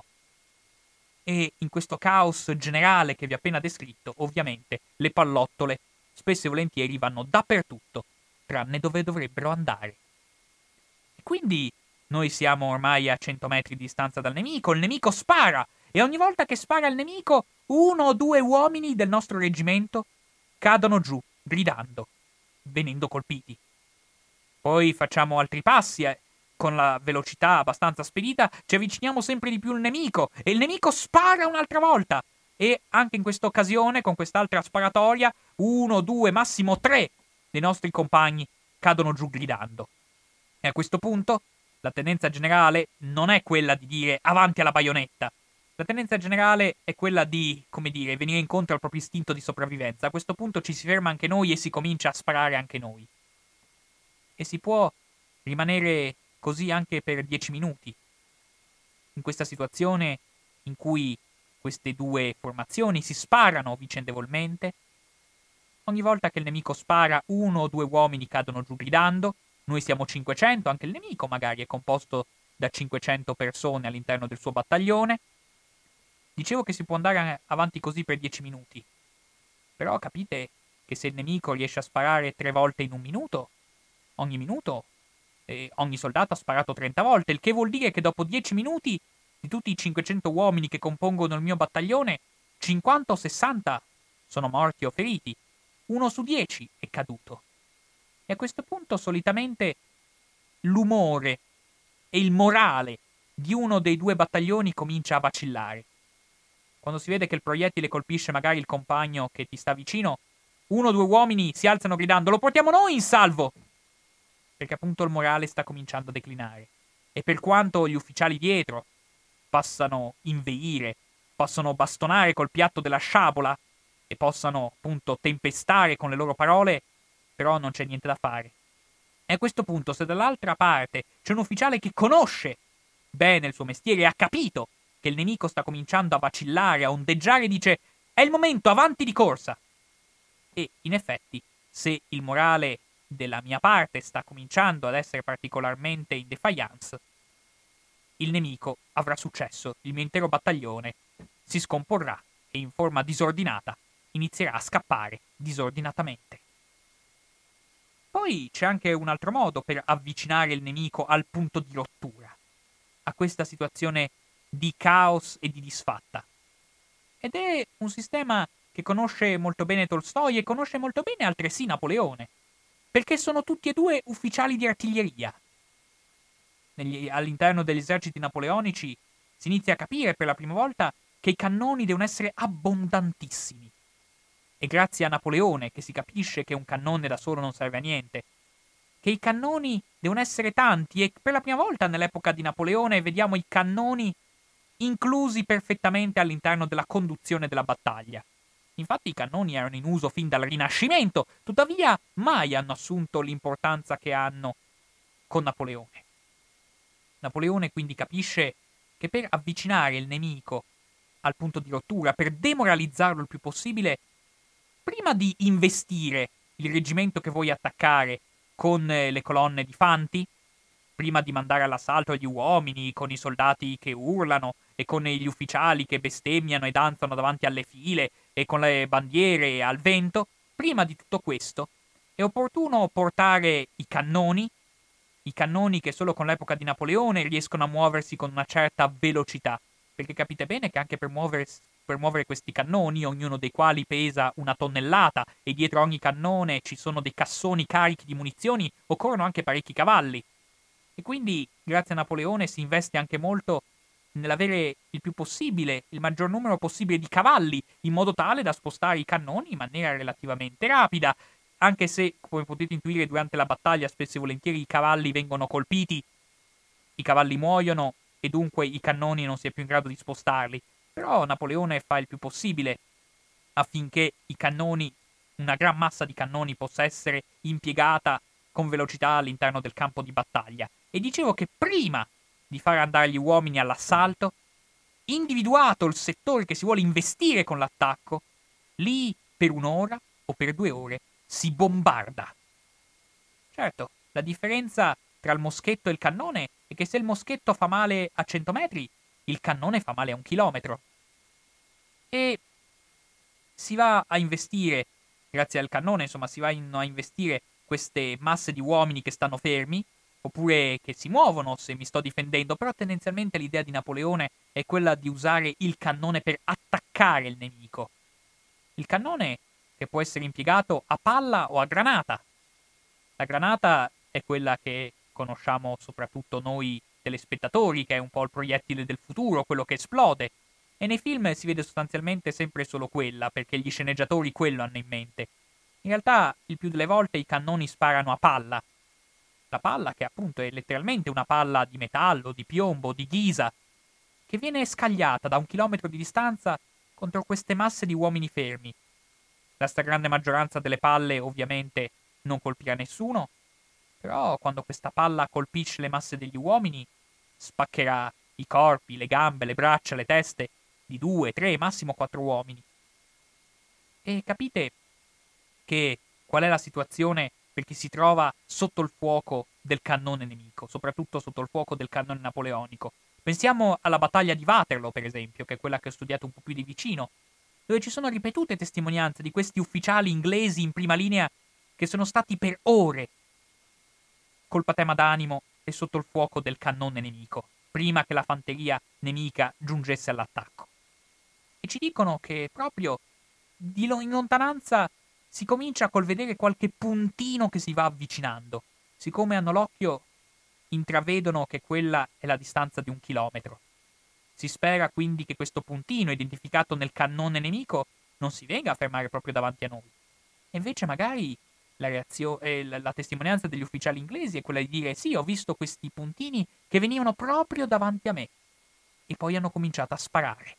E in questo caos generale che vi ho appena descritto, ovviamente, le pallottole spesso e volentieri vanno dappertutto, tranne dove dovrebbero andare. E quindi noi siamo ormai a cento metri di distanza dal nemico, il nemico spara, e ogni volta che spara il nemico, uno o due uomini del nostro reggimento cadono giù, gridando, venendo colpiti. Poi facciamo altri passi, eh. Con la velocità abbastanza spedita ci avviciniamo sempre di più al nemico, e il nemico spara un'altra volta. E anche in questa occasione, con quest'altra sparatoria, uno, due, massimo tre dei nostri compagni cadono giù gridando. E a questo punto la tendenza generale non è quella di dire avanti alla baionetta. La tendenza generale è quella di, come dire, venire incontro al proprio istinto di sopravvivenza. A questo punto ci si ferma anche noi e si comincia a sparare anche noi. e si può rimanere così anche per dieci minuti. In questa situazione in cui queste due formazioni si sparano vicendevolmente, ogni volta che il nemico spara, uno o due uomini cadono giù gridando, noi siamo cinquecento, anche il nemico magari è composto da cinquecento persone all'interno del suo battaglione. Dicevo che si può andare avanti così per dieci minuti, però capite che se il nemico riesce a sparare tre volte in un minuto, ogni minuto, eh, ogni soldato ha sparato trenta volte, il che vuol dire che dopo dieci minuti di tutti i cinquecento uomini che compongono il mio battaglione, cinquanta o sessanta sono morti o feriti, uno su dieci è caduto. E a questo punto solitamente l'umore e il morale di uno dei due battaglioni comincia a vacillare. Quando si vede che il proiettile colpisce magari il compagno che ti sta vicino, uno o due uomini si alzano gridando «Lo portiamo noi in salvo!» Perché appunto il morale sta cominciando a declinare. E per quanto gli ufficiali dietro possano inveire, possono bastonare col piatto della sciabola e possano appunto tempestare con le loro parole, però non c'è niente da fare. E a questo punto, se dall'altra parte c'è un ufficiale che conosce bene il suo mestiere e ha capito che il nemico sta cominciando a vacillare, a ondeggiare, dice «È il momento, avanti di corsa!» E, in effetti, se il morale della mia parte sta cominciando ad essere particolarmente in defiance, il nemico avrà successo, il mio intero battaglione si scomporrà e in forma disordinata inizierà a scappare disordinatamente. Poi c'è anche un altro modo per avvicinare il nemico al punto di rottura, a questa situazione di caos e di disfatta. Ed è un sistema che conosce molto bene Tolstoi e conosce molto bene altresì Napoleone, perché sono tutti e due ufficiali di artiglieria. Negli, all'interno degli eserciti napoleonici si inizia a capire per la prima volta che i cannoni devono essere abbondantissimi. È grazie a Napoleone che si capisce che un cannone da solo non serve a niente, che i cannoni devono essere tanti e per la prima volta nell'epoca di Napoleone vediamo i cannoni inclusi perfettamente all'interno della conduzione della battaglia. Infatti i cannoni erano in uso fin dal Rinascimento, tuttavia mai hanno assunto l'importanza che hanno con Napoleone. Napoleone quindi capisce che per avvicinare il nemico al punto di rottura, per demoralizzarlo il più possibile, prima di investire il reggimento che vuoi attaccare con le colonne di fanti, prima di mandare all'assalto gli uomini con i soldati che urlano e con gli ufficiali che bestemmiano e danzano davanti alle file e con le bandiere al vento, prima di tutto questo è opportuno portare i cannoni, i cannoni che solo con l'epoca di Napoleone riescono a muoversi con una certa velocità, perché capite bene che anche per muoversi per muovere questi cannoni, ognuno dei quali pesa una tonnellata e dietro ogni cannone ci sono dei cassoni carichi di munizioni, occorrono anche parecchi cavalli. E quindi, grazie a Napoleone, si investe anche molto nell'avere il più possibile, il maggior numero possibile di cavalli, in modo tale da spostare i cannoni in maniera relativamente rapida, anche se, come potete intuire, durante la battaglia spesso e volentieri i cavalli vengono colpiti, i cavalli muoiono e dunque i cannoni non si è più in grado di spostarli. Però Napoleone fa il più possibile affinché i cannoni, una gran massa di cannoni, possa essere impiegata con velocità all'interno del campo di battaglia. E dicevo che prima di far andare gli uomini all'assalto, individuato il settore che si vuole investire con l'attacco, lì per un'ora o per due ore si bombarda. Certo, la differenza tra il moschetto e il cannone è che se il moschetto fa male a cento metri, il cannone fa male a un chilometro. E si va a investire, grazie al cannone, insomma, si va in, a investire queste masse di uomini che stanno fermi, oppure che si muovono se mi sto difendendo, però tendenzialmente l'idea di Napoleone è quella di usare il cannone per attaccare il nemico. Il cannone che può essere impiegato a palla o a granata. La granata è quella che conosciamo soprattutto noi telespettatori, che è un po' il proiettile del futuro, quello che esplode. E nei film si vede sostanzialmente sempre solo quella, perché gli sceneggiatori quello hanno in mente. In realtà, il più delle volte i cannoni sparano a palla. La palla, che appunto è letteralmente una palla di metallo, di piombo, di ghisa, che viene scagliata da un chilometro di distanza contro queste masse di uomini fermi. La stragrande maggioranza delle palle, ovviamente, non colpirà nessuno, Però quando questa palla colpisce le masse degli uomini, spaccherà i corpi, le gambe, le braccia, le teste di due, tre, massimo quattro uomini. E capite che qual è la situazione per chi si trova sotto il fuoco del cannone nemico, soprattutto sotto il fuoco del cannone napoleonico. Pensiamo alla battaglia di Waterloo, per esempio, che è quella che ho studiato un po' più di vicino, dove ci sono ripetute testimonianze di questi ufficiali inglesi in prima linea che sono stati per ore col patema d'animo e sotto il fuoco del cannone nemico, prima che la fanteria nemica giungesse all'attacco. E ci dicono che proprio di lo- in lontananza si comincia col vedere qualche puntino che si va avvicinando. Siccome hanno l'occhio, intravedono che quella è la distanza di un chilometro. Si spera quindi che questo puntino, identificato nel cannone nemico, non si venga a fermare proprio davanti a noi. E invece magari la, reazio- eh, la, la testimonianza degli ufficiali inglesi è quella di dire sì, ho visto questi puntini che venivano proprio davanti a me. E poi hanno cominciato a sparare.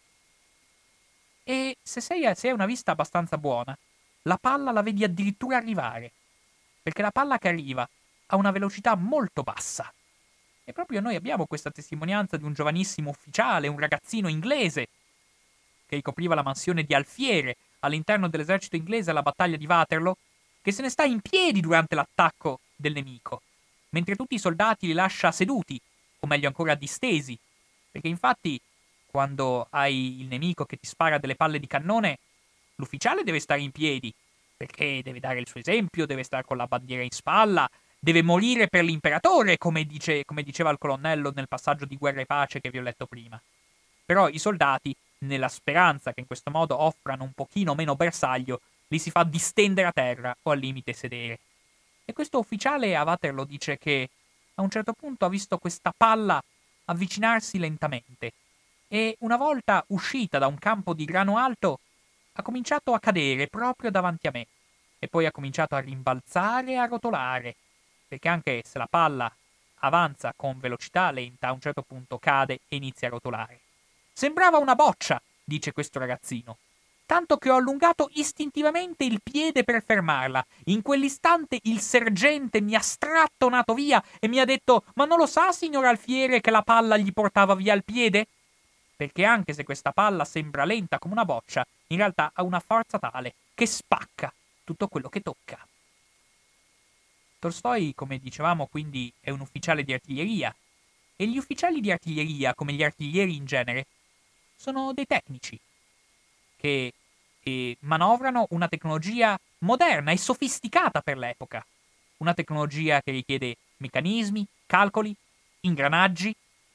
E se sei, se hai una vista abbastanza buona, la palla la vedi addirittura arrivare. Perché la palla che arriva ha una velocità molto bassa. E proprio noi abbiamo questa testimonianza di un giovanissimo ufficiale, un ragazzino inglese, che ricopriva la mansione di alfiere all'interno dell'esercito inglese alla battaglia di Waterloo, che se ne sta in piedi durante l'attacco del nemico, mentre tutti i soldati li lascia seduti, o meglio ancora distesi, perché infatti quando hai il nemico che ti spara delle palle di cannone, l'ufficiale deve stare in piedi, perché deve dare il suo esempio, deve stare con la bandiera in spalla, deve morire per l'imperatore, come, dice, come diceva il colonnello nel passaggio di Guerra e Pace che vi ho letto prima. Però i soldati, nella speranza che in questo modo offrano un pochino meno bersaglio, li si fa distendere a terra o al limite sedere. E questo ufficiale a Waterloo dice che a un certo punto ha visto questa palla avvicinarsi lentamente e una volta uscita da un campo di grano alto ha cominciato a cadere proprio davanti a me e poi ha cominciato a rimbalzare e a rotolare, perché anche se la palla avanza con velocità lenta, a un certo punto cade e inizia a rotolare. Sembrava una boccia, dice questo ragazzino, tanto che ho allungato istintivamente il piede per fermarla. In quell'istante il sergente mi ha strattonato via e mi ha detto: «Ma non lo sa, signor Alfiere, che la palla gli portava via il piede?» Perché anche se questa palla sembra lenta come una boccia, in realtà ha una forza tale che spacca tutto quello che tocca. Tolstoi, come dicevamo, quindi è un ufficiale di artiglieria, e gli ufficiali di artiglieria, come gli artiglieri in genere, sono dei tecnici che eh, manovrano una tecnologia moderna e sofisticata per l'epoca, una tecnologia che richiede meccanismi, calcoli, ingranaggi,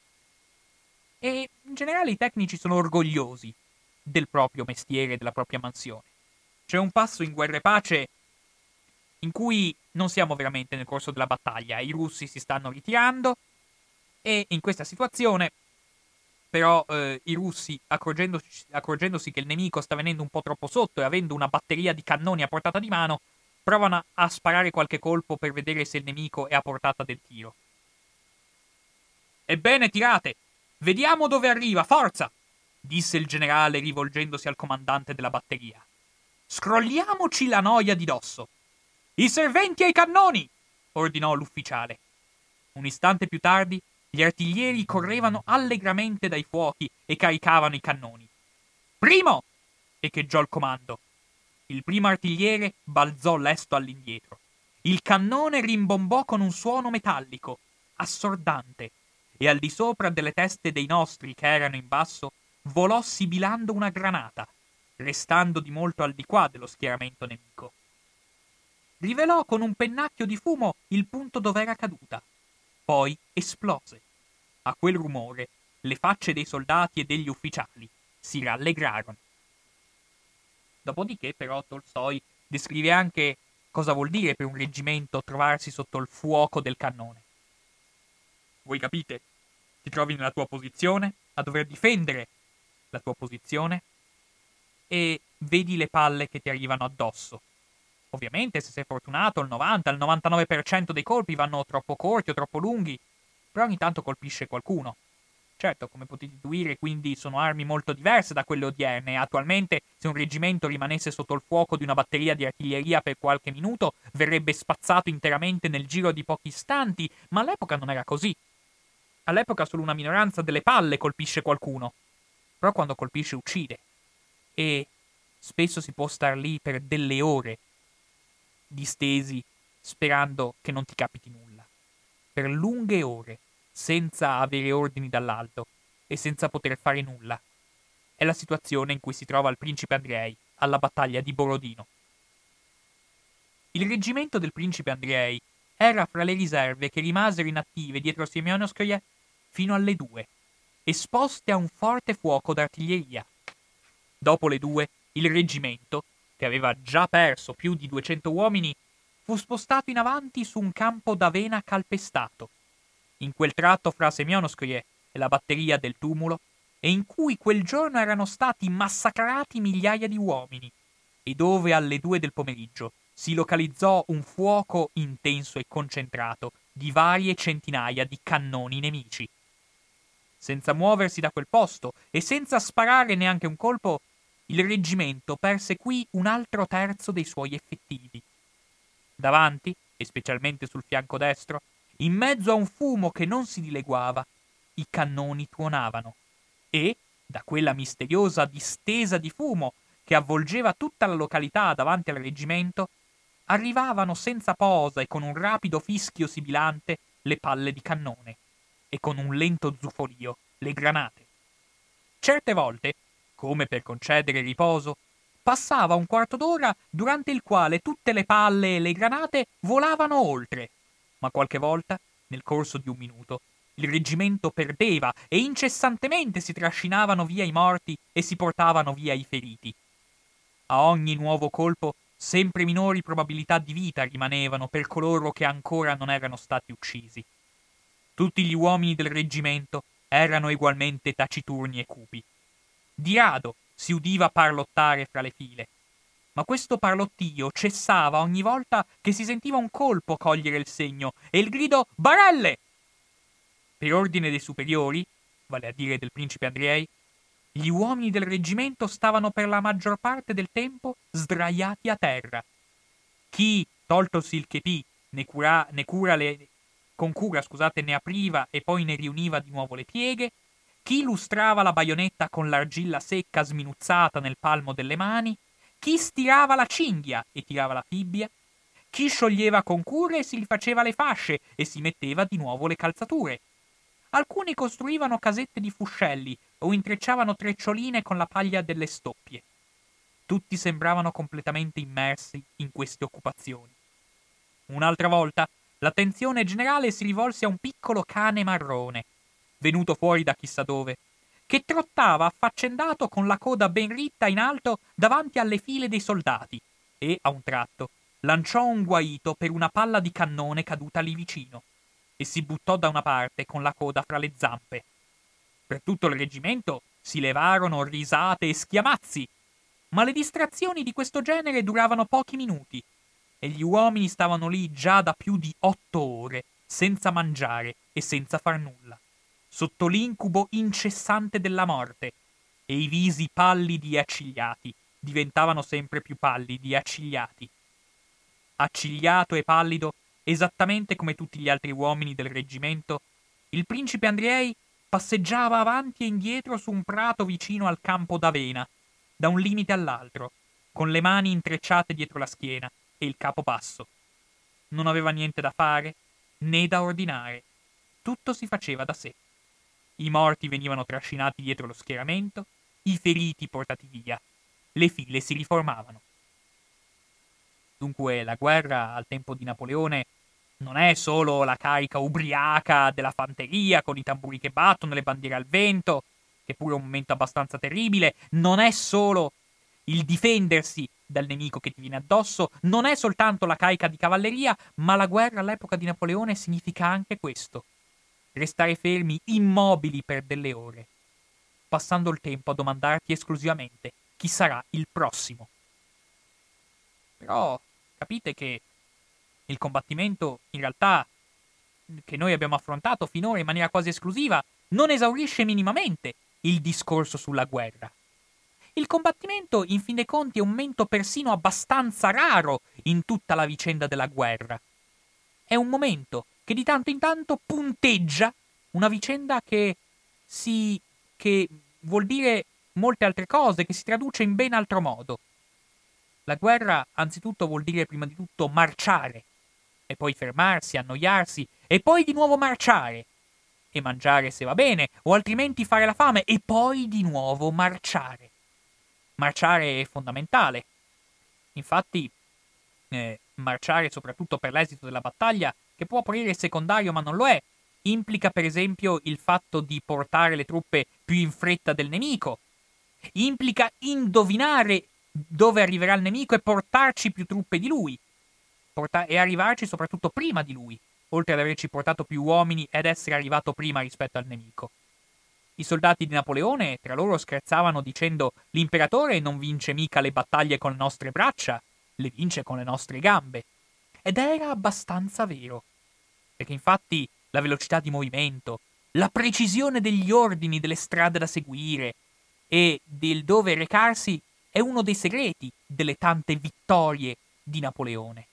e in generale i tecnici sono orgogliosi del proprio mestiere, della propria mansione. C'è un passo in Guerra e Pace in cui non siamo veramente nel corso della battaglia, i russi si stanno ritirando e in questa situazione però eh, i russi, accorgendosi, accorgendosi che il nemico sta venendo un po' troppo sotto e avendo una batteria di cannoni a portata di mano, provano a, a sparare qualche colpo per vedere se il nemico è a portata del tiro. «Ebbene, tirate! Vediamo dove arriva, forza!» disse il generale rivolgendosi al comandante della batteria. «Scrolliamoci la noia di dosso!» «I serventi ai cannoni!» ordinò l'ufficiale. Un istante più tardi gli artiglieri correvano allegramente dai fuochi e caricavano i cannoni. «Primo!» echeggiò il comando. Il primo artigliere balzò lesto all'indietro. Il cannone rimbombò con un suono metallico, assordante, e al di sopra delle teste dei nostri che erano in basso volò sibilando una granata, restando di molto al di qua dello schieramento nemico. Rivelò con un pennacchio di fumo il punto dove era caduta. Poi esplose. A quel rumore le facce dei soldati e degli ufficiali si rallegrarono. Dopodiché, però, Tolstoi descrive anche cosa vuol dire per un reggimento trovarsi sotto il fuoco del cannone. Voi capite? Ti trovi nella tua posizione, a dover difendere la tua posizione, e vedi le palle che ti arrivano addosso. Ovviamente, se sei fortunato, il novanta, il novantanove per cento dei colpi vanno troppo corti o troppo lunghi, però ogni tanto colpisce qualcuno. Certo, come potete intuire, quindi sono armi molto diverse da quelle odierne e attualmente Se un reggimento rimanesse sotto il fuoco di una batteria di artiglieria per qualche minuto, verrebbe spazzato interamente nel giro di pochi istanti, ma all'epoca non era così. All'epoca solo una minoranza delle palle colpisce qualcuno, però quando colpisce uccide. E spesso si può star lì per delle ore, distesi, sperando che non ti capiti nulla. Per lunghe ore, senza avere ordini dall'alto e senza poter fare nulla. È la situazione in cui si trova il principe Andrei alla battaglia di Borodino. Il reggimento del principe Andrei era fra le riserve che rimasero inattive dietro Semionovskoye fino alle due, esposte a un forte fuoco d'artiglieria. Dopo le due, il reggimento, che aveva già perso più di duecento uomini, fu spostato in avanti su un campo d'avena calpestato, in quel tratto fra Semionovskoye e la batteria del Tumulo, e in cui quel giorno erano stati massacrati migliaia di uomini, e dove alle due del pomeriggio si localizzò un fuoco intenso e concentrato di varie centinaia di cannoni nemici. Senza muoversi da quel posto e senza sparare neanche un colpo, il reggimento perse qui un altro terzo dei suoi effettivi. Davanti, e specialmente sul fianco destro, in mezzo a un fumo che non si dileguava, i cannoni tuonavano. E, da quella misteriosa distesa di fumo che avvolgeva tutta la località davanti al reggimento, arrivavano senza posa e con un rapido fischio sibilante le palle di cannone, e con un lento zufolio le granate. Certe volte, come per concedere riposo, passava un quarto d'ora durante il quale tutte le palle e le granate volavano oltre, ma qualche volta, nel corso di un minuto, il reggimento perdeva e incessantemente si trascinavano via i morti e si portavano via i feriti. A ogni nuovo colpo sempre minori probabilità di vita rimanevano per coloro che ancora non erano stati uccisi. Tutti gli uomini del reggimento erano egualmente taciturni e cupi. Di rado si udiva parlottare fra le file, ma questo parlottio cessava ogni volta che si sentiva un colpo cogliere il segno e il grido «Barelle!». Per ordine dei superiori, vale a dire del principe Andrei, gli uomini del reggimento stavano per la maggior parte del tempo sdraiati a terra. Chi, toltosi il chepì, ne cura, ne cura le, con cura scusate, ne apriva e poi ne riuniva di nuovo le pieghe, chi lustrava la baionetta con l'argilla secca sminuzzata nel palmo delle mani, chi stirava la cinghia e tirava la fibbia, chi scioglieva con cura e si rifaceva le fasce e si metteva di nuovo le calzature. Alcuni costruivano casette di fuscelli o intrecciavano treccioline con la paglia delle stoppie. Tutti sembravano completamente immersi in queste occupazioni. Un'altra volta l'attenzione generale si rivolse a un piccolo cane marrone, venuto fuori da chissà dove, che trottava affaccendato con la coda ben ritta in alto davanti alle file dei soldati e, a un tratto, lanciò un guaito per una palla di cannone caduta lì vicino e si buttò da una parte con la coda fra le zampe. Per tutto il reggimento si levarono risate e schiamazzi, ma le distrazioni di questo genere duravano pochi minuti e gli uomini stavano lì già da più di otto ore, senza mangiare e senza far nulla, sotto l'incubo incessante della morte, e i visi pallidi e accigliati diventavano sempre più pallidi e accigliati. Accigliato e pallido, esattamente come tutti gli altri uomini del reggimento, il principe Andrei passeggiava avanti e indietro su un prato vicino al campo d'avena, da un limite all'altro, con le mani intrecciate dietro la schiena e il capo basso. Non aveva niente da fare, né da ordinare. Tutto si faceva da sé. I morti venivano trascinati dietro lo schieramento, i feriti portati via. Le file si riformavano. Dunque la guerra al tempo di Napoleone non è solo la carica ubriaca della fanteria con i tamburi che battono e le bandiere al vento, che pure è un momento abbastanza terribile, non è solo il difendersi dal nemico che ti viene addosso, non è soltanto la carica di cavalleria, ma la guerra all'epoca di Napoleone significa anche questo: restare fermi, immobili per delle ore, passando il tempo a domandarti esclusivamente chi sarà il prossimo. Però capite che il combattimento, in realtà, che noi abbiamo affrontato finora in maniera quasi esclusiva, non esaurisce minimamente il discorso sulla guerra. Il combattimento, in fin dei conti, è un momento persino abbastanza raro in tutta la vicenda della guerra. È un momento che di tanto in tanto punteggia una vicenda che si... che vuol dire molte altre cose, che si traduce in ben altro modo. La guerra, anzitutto, vuol dire prima di tutto marciare, e poi fermarsi, annoiarsi, e poi di nuovo marciare, e mangiare se va bene, o altrimenti fare la fame, e poi di nuovo marciare. Marciare è fondamentale. Infatti, eh, marciare soprattutto per l'esito della battaglia, che può apparire secondario ma non lo è, implica per esempio il fatto di portare le truppe più in fretta del nemico, implica indovinare dove arriverà il nemico e portarci più truppe di lui, porta- e arrivarci soprattutto prima di lui, oltre ad averci portato più uomini ed essere arrivato prima rispetto al nemico. I soldati di Napoleone tra loro scherzavano dicendo: l'imperatore non vince mica le battaglie con le nostre braccia, le vince con le nostre gambe. Ed era abbastanza vero, perché infatti la velocità di movimento, la precisione degli ordini delle strade da seguire e del dove recarsi è uno dei segreti delle tante vittorie di Napoleone.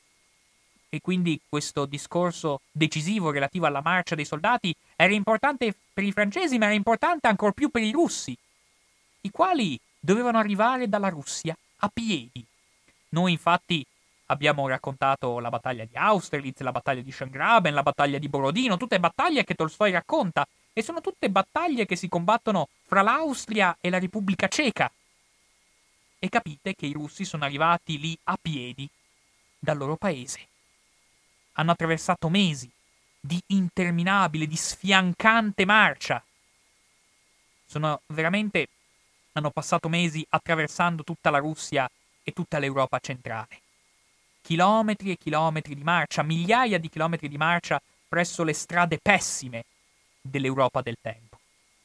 E quindi questo discorso decisivo relativo alla marcia dei soldati era importante per i francesi, ma era importante ancor più per i russi, i quali dovevano arrivare dalla Russia a piedi. Noi infatti abbiamo raccontato la battaglia di Austerlitz, la battaglia di Schöngraben, la battaglia di Borodino, tutte battaglie che Tolstoi racconta, e sono tutte battaglie che si combattono fra l'Austria e la Repubblica Ceca. E capite che i russi sono arrivati lì a piedi dal loro paese. Hanno attraversato mesi di interminabile, di sfiancante marcia. Sono veramente... hanno passato mesi attraversando tutta la Russia e tutta l'Europa centrale. Chilometri e chilometri di marcia, migliaia di chilometri di marcia presso le strade pessime dell'Europa del tempo.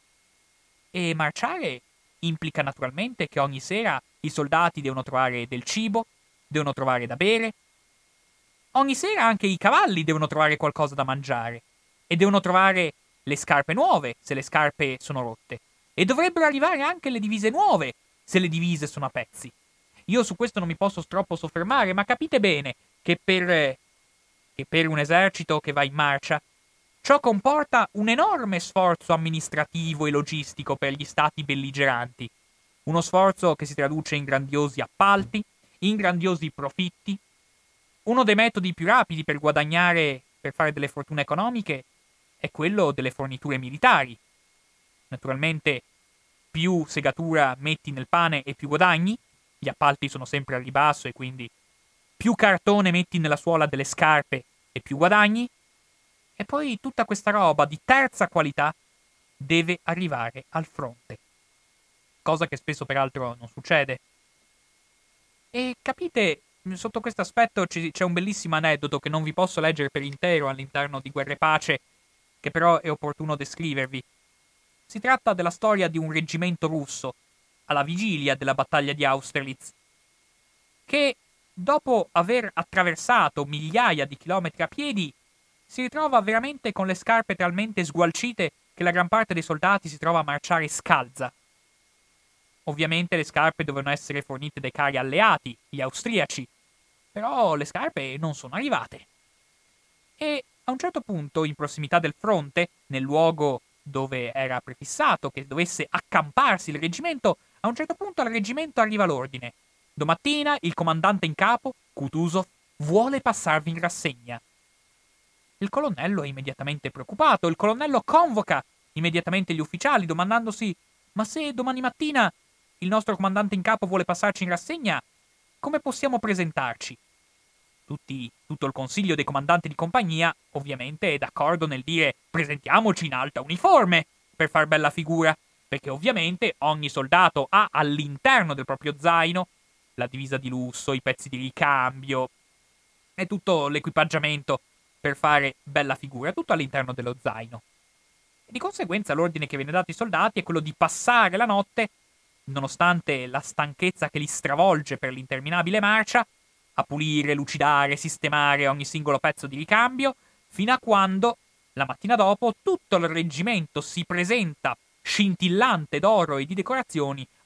E marciare implica naturalmente che ogni sera i soldati devono trovare del cibo, devono trovare da bere. Ogni sera anche i cavalli devono trovare qualcosa da mangiare e devono trovare le scarpe nuove se le scarpe sono rotte. E dovrebbero arrivare anche le divise nuove se le divise sono a pezzi. Io su questo non mi posso troppo soffermare, ma capite bene che per, che per un esercito che va in marcia ciò comporta un enorme sforzo amministrativo e logistico per gli stati belligeranti. Uno sforzo che si traduce in grandiosi appalti, in grandiosi profitti. Uno dei metodi più rapidi per guadagnare, per fare delle fortune economiche, è quello delle forniture militari. Naturalmente, più segatura metti nel pane e più guadagni. Gli appalti sono sempre al ribasso e quindi più cartone metti nella suola delle scarpe e più guadagni. E poi tutta questa roba di terza qualità deve arrivare al fronte. Cosa che spesso peraltro non succede. E capite, sotto questo aspetto c'è un bellissimo aneddoto che non vi posso leggere per intero all'interno di Guerra e Pace, che però è opportuno descrivervi. Si tratta della storia di un reggimento russo, alla vigilia della battaglia di Austerlitz, che dopo aver attraversato migliaia di chilometri a piedi si ritrova veramente con le scarpe talmente sgualcite che la gran parte dei soldati si trova a marciare scalza. Ovviamente le scarpe dovevano essere fornite dai cari alleati, gli austriaci, però le scarpe non sono arrivate. E a un certo punto, in prossimità del fronte, nel luogo dove era prefissato che dovesse accamparsi il reggimento, a un certo punto al reggimento arriva l'ordine: domattina il comandante in capo, Kutuzov, vuole passarvi in rassegna. Il colonnello è immediatamente preoccupato. Il colonnello convoca immediatamente gli ufficiali, domandandosi: ma se domani mattina il nostro comandante in capo vuole passarci in rassegna, come possiamo presentarci? Tutti, tutto il consiglio dei comandanti di compagnia, ovviamente, è d'accordo nel dire: presentiamoci in alta uniforme per far bella figura, perché ovviamente ogni soldato ha all'interno del proprio zaino la divisa di lusso, i pezzi di ricambio e tutto l'equipaggiamento per fare bella figura, tutto all'interno dello zaino. E di conseguenza l'ordine che viene dato ai soldati è quello di passare la notte, nonostante la stanchezza che li stravolge per l'interminabile marcia, a pulire, lucidare, sistemare ogni singolo pezzo di ricambio, fino a quando, la mattina dopo, tutto il reggimento si presenta scintillante d'oro e di decorazioni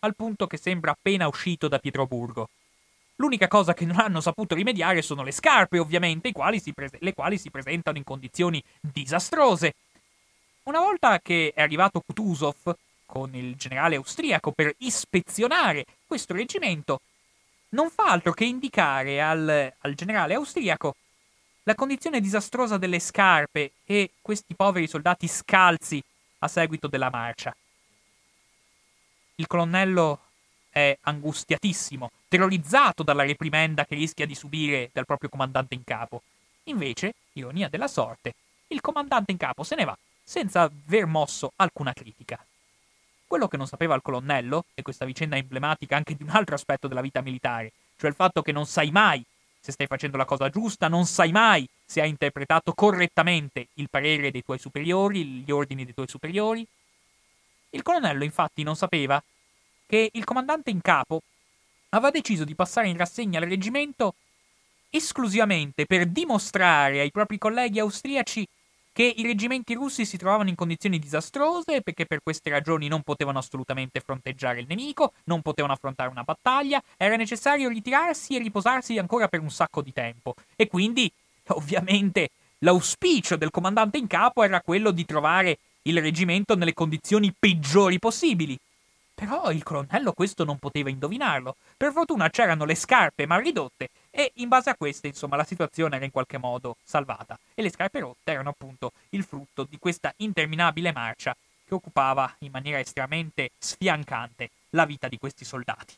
al punto che sembra appena uscito da Pietroburgo. L'unica cosa che non hanno saputo rimediare sono le scarpe, ovviamente, i quali si prese- le quali si presentano in condizioni disastrose. Una volta che è arrivato Kutuzov con il generale austriaco per ispezionare questo reggimento, non fa altro che indicare al, al generale austriaco la condizione disastrosa delle scarpe e questi poveri soldati scalzi a seguito della marcia. Il colonnello è angustiatissimo, terrorizzato dalla reprimenda che rischia di subire dal proprio comandante in capo. Invece, ironia della sorte, il comandante in capo se ne va senza aver mosso alcuna critica. Quello che non sapeva il colonnello, e questa vicenda è emblematica anche di un altro aspetto della vita militare, cioè il fatto che non sai mai se stai facendo la cosa giusta, non sai mai se hai interpretato correttamente il parere dei tuoi superiori, gli ordini dei tuoi superiori. Il colonnello infatti non sapeva che il comandante in capo aveva deciso di passare in rassegna il reggimento esclusivamente per dimostrare ai propri colleghi austriaci che i reggimenti russi si trovavano in condizioni disastrose, perché per queste ragioni non potevano assolutamente fronteggiare il nemico, non potevano affrontare una battaglia, era necessario ritirarsi e riposarsi ancora per un sacco di tempo. E quindi, ovviamente, l'auspicio del comandante in capo era quello di trovare il reggimento nelle condizioni peggiori possibili. Però il colonnello questo non poteva indovinarlo. Per fortuna c'erano le scarpe mal ridotte e in base a queste, insomma, la situazione era in qualche modo salvata. E le scarpe rotte erano appunto il frutto di questa interminabile marcia che occupava in maniera estremamente sfiancante la vita di questi soldati.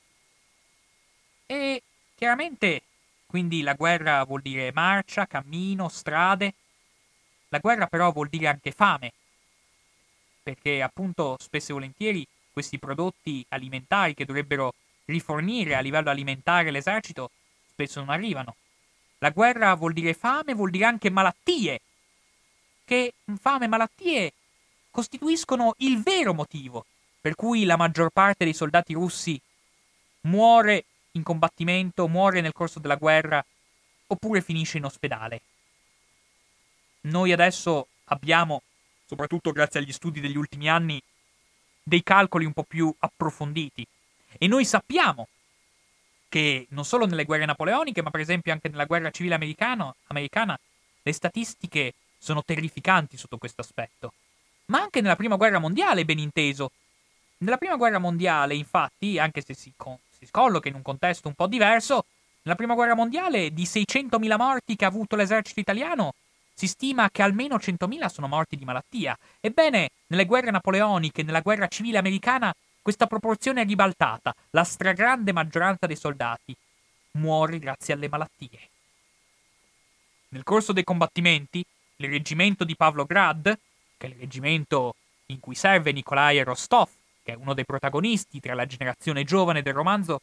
E chiaramente, quindi la guerra vuol dire marcia, cammino, strade. La guerra però vuol dire anche fame, perché appunto spesso e volentieri questi prodotti alimentari che dovrebbero rifornire a livello alimentare l'esercito spesso non arrivano. La guerra vuol dire fame, vuol dire anche malattie, che fame e malattie costituiscono il vero motivo per cui la maggior parte dei soldati russi muore in combattimento, muore nel corso della guerra, oppure finisce in ospedale. Noi adesso abbiamo, soprattutto grazie agli studi degli ultimi anni, dei calcoli un po' più approfonditi. E noi sappiamo che non solo nelle guerre napoleoniche, ma per esempio anche nella guerra civile americano, americana, le statistiche sono terrificanti sotto questo aspetto. Ma anche nella prima guerra mondiale, ben inteso. Nella prima guerra mondiale, infatti, anche se si, con- si colloca in un contesto un po' diverso, nella prima guerra mondiale di seicentomila morti che ha avuto l'esercito italiano, si stima che almeno centomila sono morti di malattia. Ebbene, nelle guerre napoleoniche e nella guerra civile americana questa proporzione è ribaltata. La stragrande maggioranza dei soldati muore grazie alle malattie. Nel corso dei combattimenti, il reggimento di Pavlograd, che è il reggimento in cui serve Nikolai Rostov, che è uno dei protagonisti tra la generazione giovane del romanzo,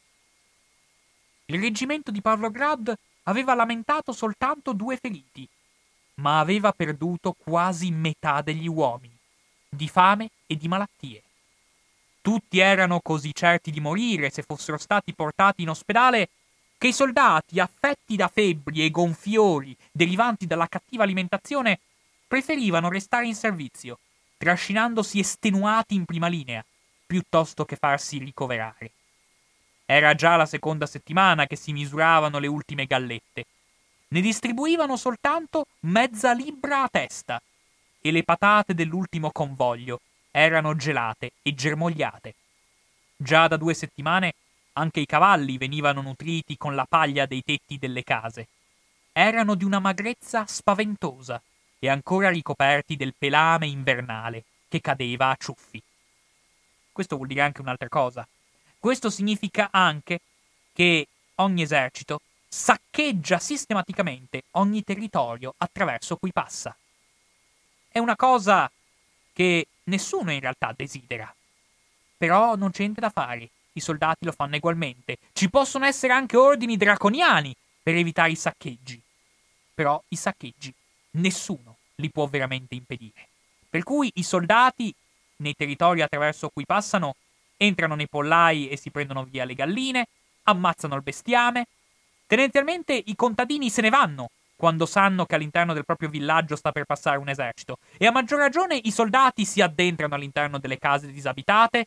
il reggimento di Pavlograd aveva lamentato soltanto due feriti, ma aveva perduto quasi metà degli uomini, di fame e di malattie. Tutti erano così certi di morire se fossero stati portati in ospedale che i soldati, affetti da febbri e gonfiori derivanti dalla cattiva alimentazione, preferivano restare in servizio, trascinandosi estenuati in prima linea, piuttosto che farsi ricoverare. Era già la seconda settimana che si misuravano le ultime gallette. Ne distribuivano soltanto mezza libbra a testa e le patate dell'ultimo convoglio erano gelate e germogliate. Già da due settimane anche i cavalli venivano nutriti con la paglia dei tetti delle case. Erano di una magrezza spaventosa e ancora ricoperti del pelame invernale che cadeva a ciuffi. Questo vuol dire anche un'altra cosa. Questo significa anche che ogni esercito saccheggia sistematicamente ogni territorio attraverso cui passa. È una cosa che nessuno in realtà desidera. Però non c'è niente da fare, i soldati lo fanno ugualmente. Ci possono essere anche ordini draconiani per evitare i saccheggi. Però i saccheggi nessuno li può veramente impedire. Per cui i soldati, nei territori attraverso cui passano, entrano nei pollai e si prendono via le galline, ammazzano il bestiame. Tendenzialmente i contadini se ne vanno quando sanno che all'interno del proprio villaggio sta per passare un esercito, e a maggior ragione i soldati si addentrano all'interno delle case disabitate,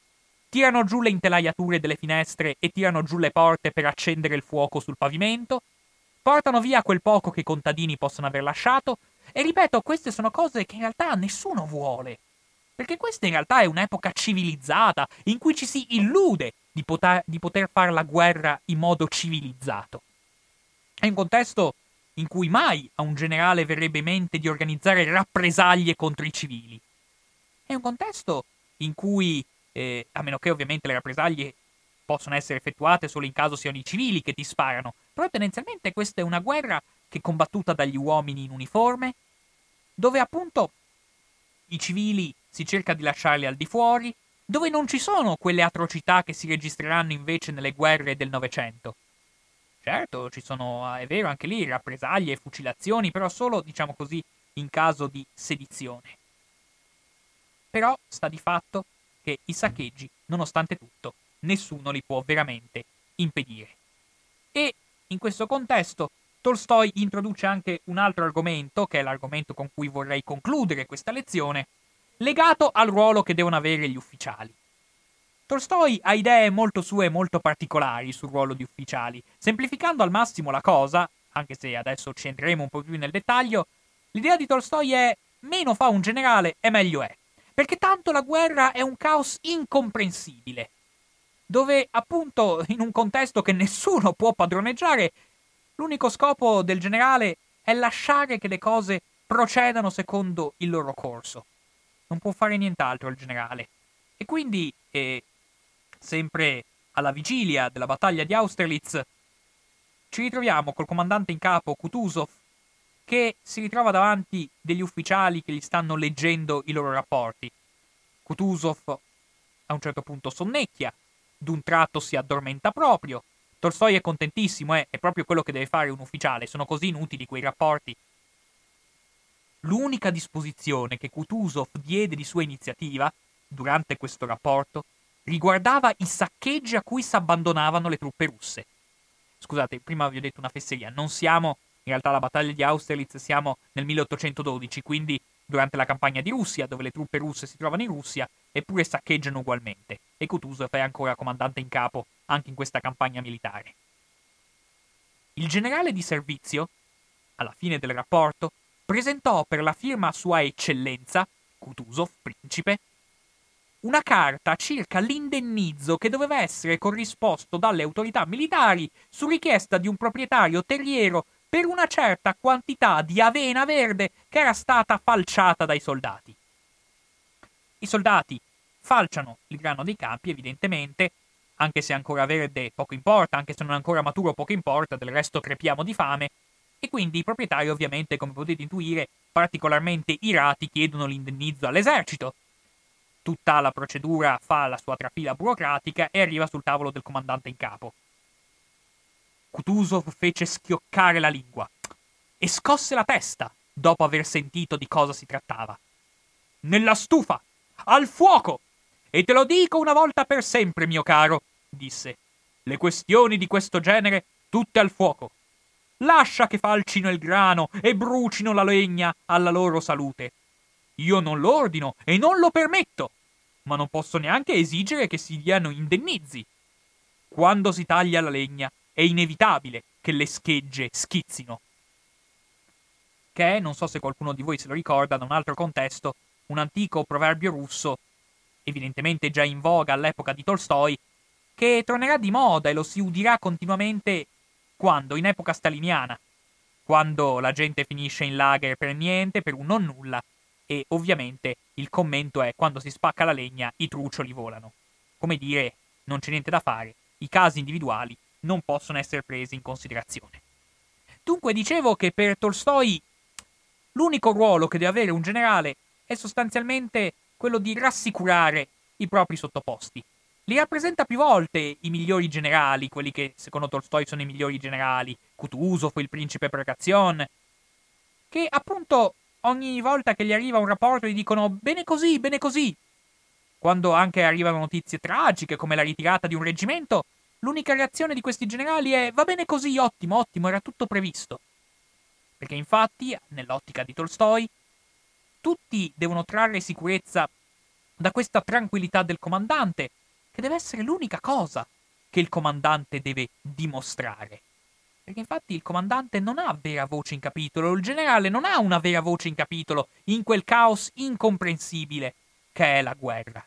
tirano giù le intelaiature delle finestre e tirano giù le porte per accendere il fuoco sul pavimento, portano via quel poco che i contadini possono aver lasciato, e ripeto, queste sono cose che in realtà nessuno vuole. Perché questa in realtà è un'epoca civilizzata, in cui ci si illude di poter, di poter fare la guerra in modo civilizzato. È un contesto in cui mai a un generale verrebbe in mente di organizzare rappresaglie contro i civili. È un contesto in cui, eh, a meno che ovviamente le rappresaglie possono essere effettuate solo in caso siano i civili che ti sparano, però tendenzialmente questa è una guerra che è combattuta dagli uomini in uniforme, dove appunto i civili si cerca di lasciarli al di fuori, dove non ci sono quelle atrocità che si registreranno invece nelle guerre del Novecento. Certo, ci sono, è vero, anche lì rappresaglie e fucilazioni, però solo, diciamo così, in caso di sedizione. Però sta di fatto che i saccheggi, nonostante tutto, nessuno li può veramente impedire. E in questo contesto Tolstoi introduce anche un altro argomento, che è l'argomento con cui vorrei concludere questa lezione, legato al ruolo che devono avere gli ufficiali. Tolstoi ha idee molto sue, molto particolari sul ruolo di ufficiali. Semplificando al massimo la cosa, anche se adesso ci entreremo un po' più nel dettaglio, l'idea di Tolstoi è meno fa un generale e meglio è. Perché tanto la guerra è un caos incomprensibile, dove appunto in un contesto che nessuno può padroneggiare, l'unico scopo del generale è lasciare che le cose procedano secondo il loro corso. Non può fare nient'altro il generale. E quindi, eh, sempre alla vigilia della battaglia di Austerlitz, ci ritroviamo col comandante in capo Kutuzov, che si ritrova davanti degli ufficiali che gli stanno leggendo i loro rapporti. Kutuzov a un certo punto sonnecchia, d'un tratto si addormenta proprio. Tolstoi è contentissimo, eh? È proprio quello che deve fare un ufficiale, sono così inutili quei rapporti. L'unica disposizione che Kutuzov diede di sua iniziativa, durante questo rapporto, riguardava i saccheggi a cui s'abbandonavano le truppe russe. Scusate, prima vi ho detto una fesseria, non siamo, in realtà la battaglia di Austerlitz siamo nel milleottocentododici, quindi durante la campagna di Russia, dove le truppe russe si trovano in Russia, eppure saccheggiano ugualmente, e Kutuzov è ancora comandante in capo anche in questa campagna militare. Il generale di servizio, alla fine del rapporto, presentò per la firma a Sua Eccellenza, Kutuzov, principe, una carta circa l'indennizzo che doveva essere corrisposto dalle autorità militari su richiesta di un proprietario terriero per una certa quantità di avena verde che era stata falciata dai soldati. I soldati falciano il grano dei campi, evidentemente, anche se ancora verde poco importa, anche se non è ancora maturo poco importa, del resto crepiamo di fame, e quindi i proprietari ovviamente, come potete intuire, particolarmente irati chiedono l'indennizzo all'esercito. Tutta la procedura fa la sua trafila burocratica e arriva sul tavolo del comandante in capo. Kutuzov fece schioccare la lingua e scosse la testa dopo aver sentito di cosa si trattava. «Nella stufa! Al fuoco! E te lo dico una volta per sempre, mio caro», disse. «Le questioni di questo genere tutte al fuoco. Lascia che falcino il grano e brucino la legna alla loro salute. Io non lo ordino e non lo permetto, ma non posso neanche esigere che si diano indennizi. Quando si taglia la legna è inevitabile che le schegge schizzino». Che è, non so se qualcuno di voi se lo ricorda, da un altro contesto, un antico proverbio russo, evidentemente già in voga all'epoca di Tolstoi, che tornerà di moda e lo si udirà continuamente quando? In epoca staliniana, quando la gente finisce in lager per niente, per un non nulla, e ovviamente il commento è: quando si spacca la legna i trucioli volano. Come dire, non c'è niente da fare, i casi individuali non possono essere presi in considerazione. Dunque dicevo che per Tolstoi l'unico ruolo che deve avere un generale è sostanzialmente quello di rassicurare i propri sottoposti. Li rappresenta più volte i migliori generali, quelli che secondo Tolstoi sono i migliori generali, Kutuzov, il principe Bagration, che appunto ogni volta che gli arriva un rapporto gli dicono «bene così, bene così». Quando anche arrivano notizie tragiche come la ritirata di un reggimento, l'unica reazione di questi generali è «va bene così, ottimo, ottimo, era tutto previsto». Perché infatti, nell'ottica di Tolstoi, tutti devono trarre sicurezza da questa tranquillità del comandante, che deve essere l'unica cosa che il comandante deve dimostrare. Perché infatti il comandante non ha vera voce in capitolo, il generale non ha una vera voce in capitolo in quel caos incomprensibile che è la guerra.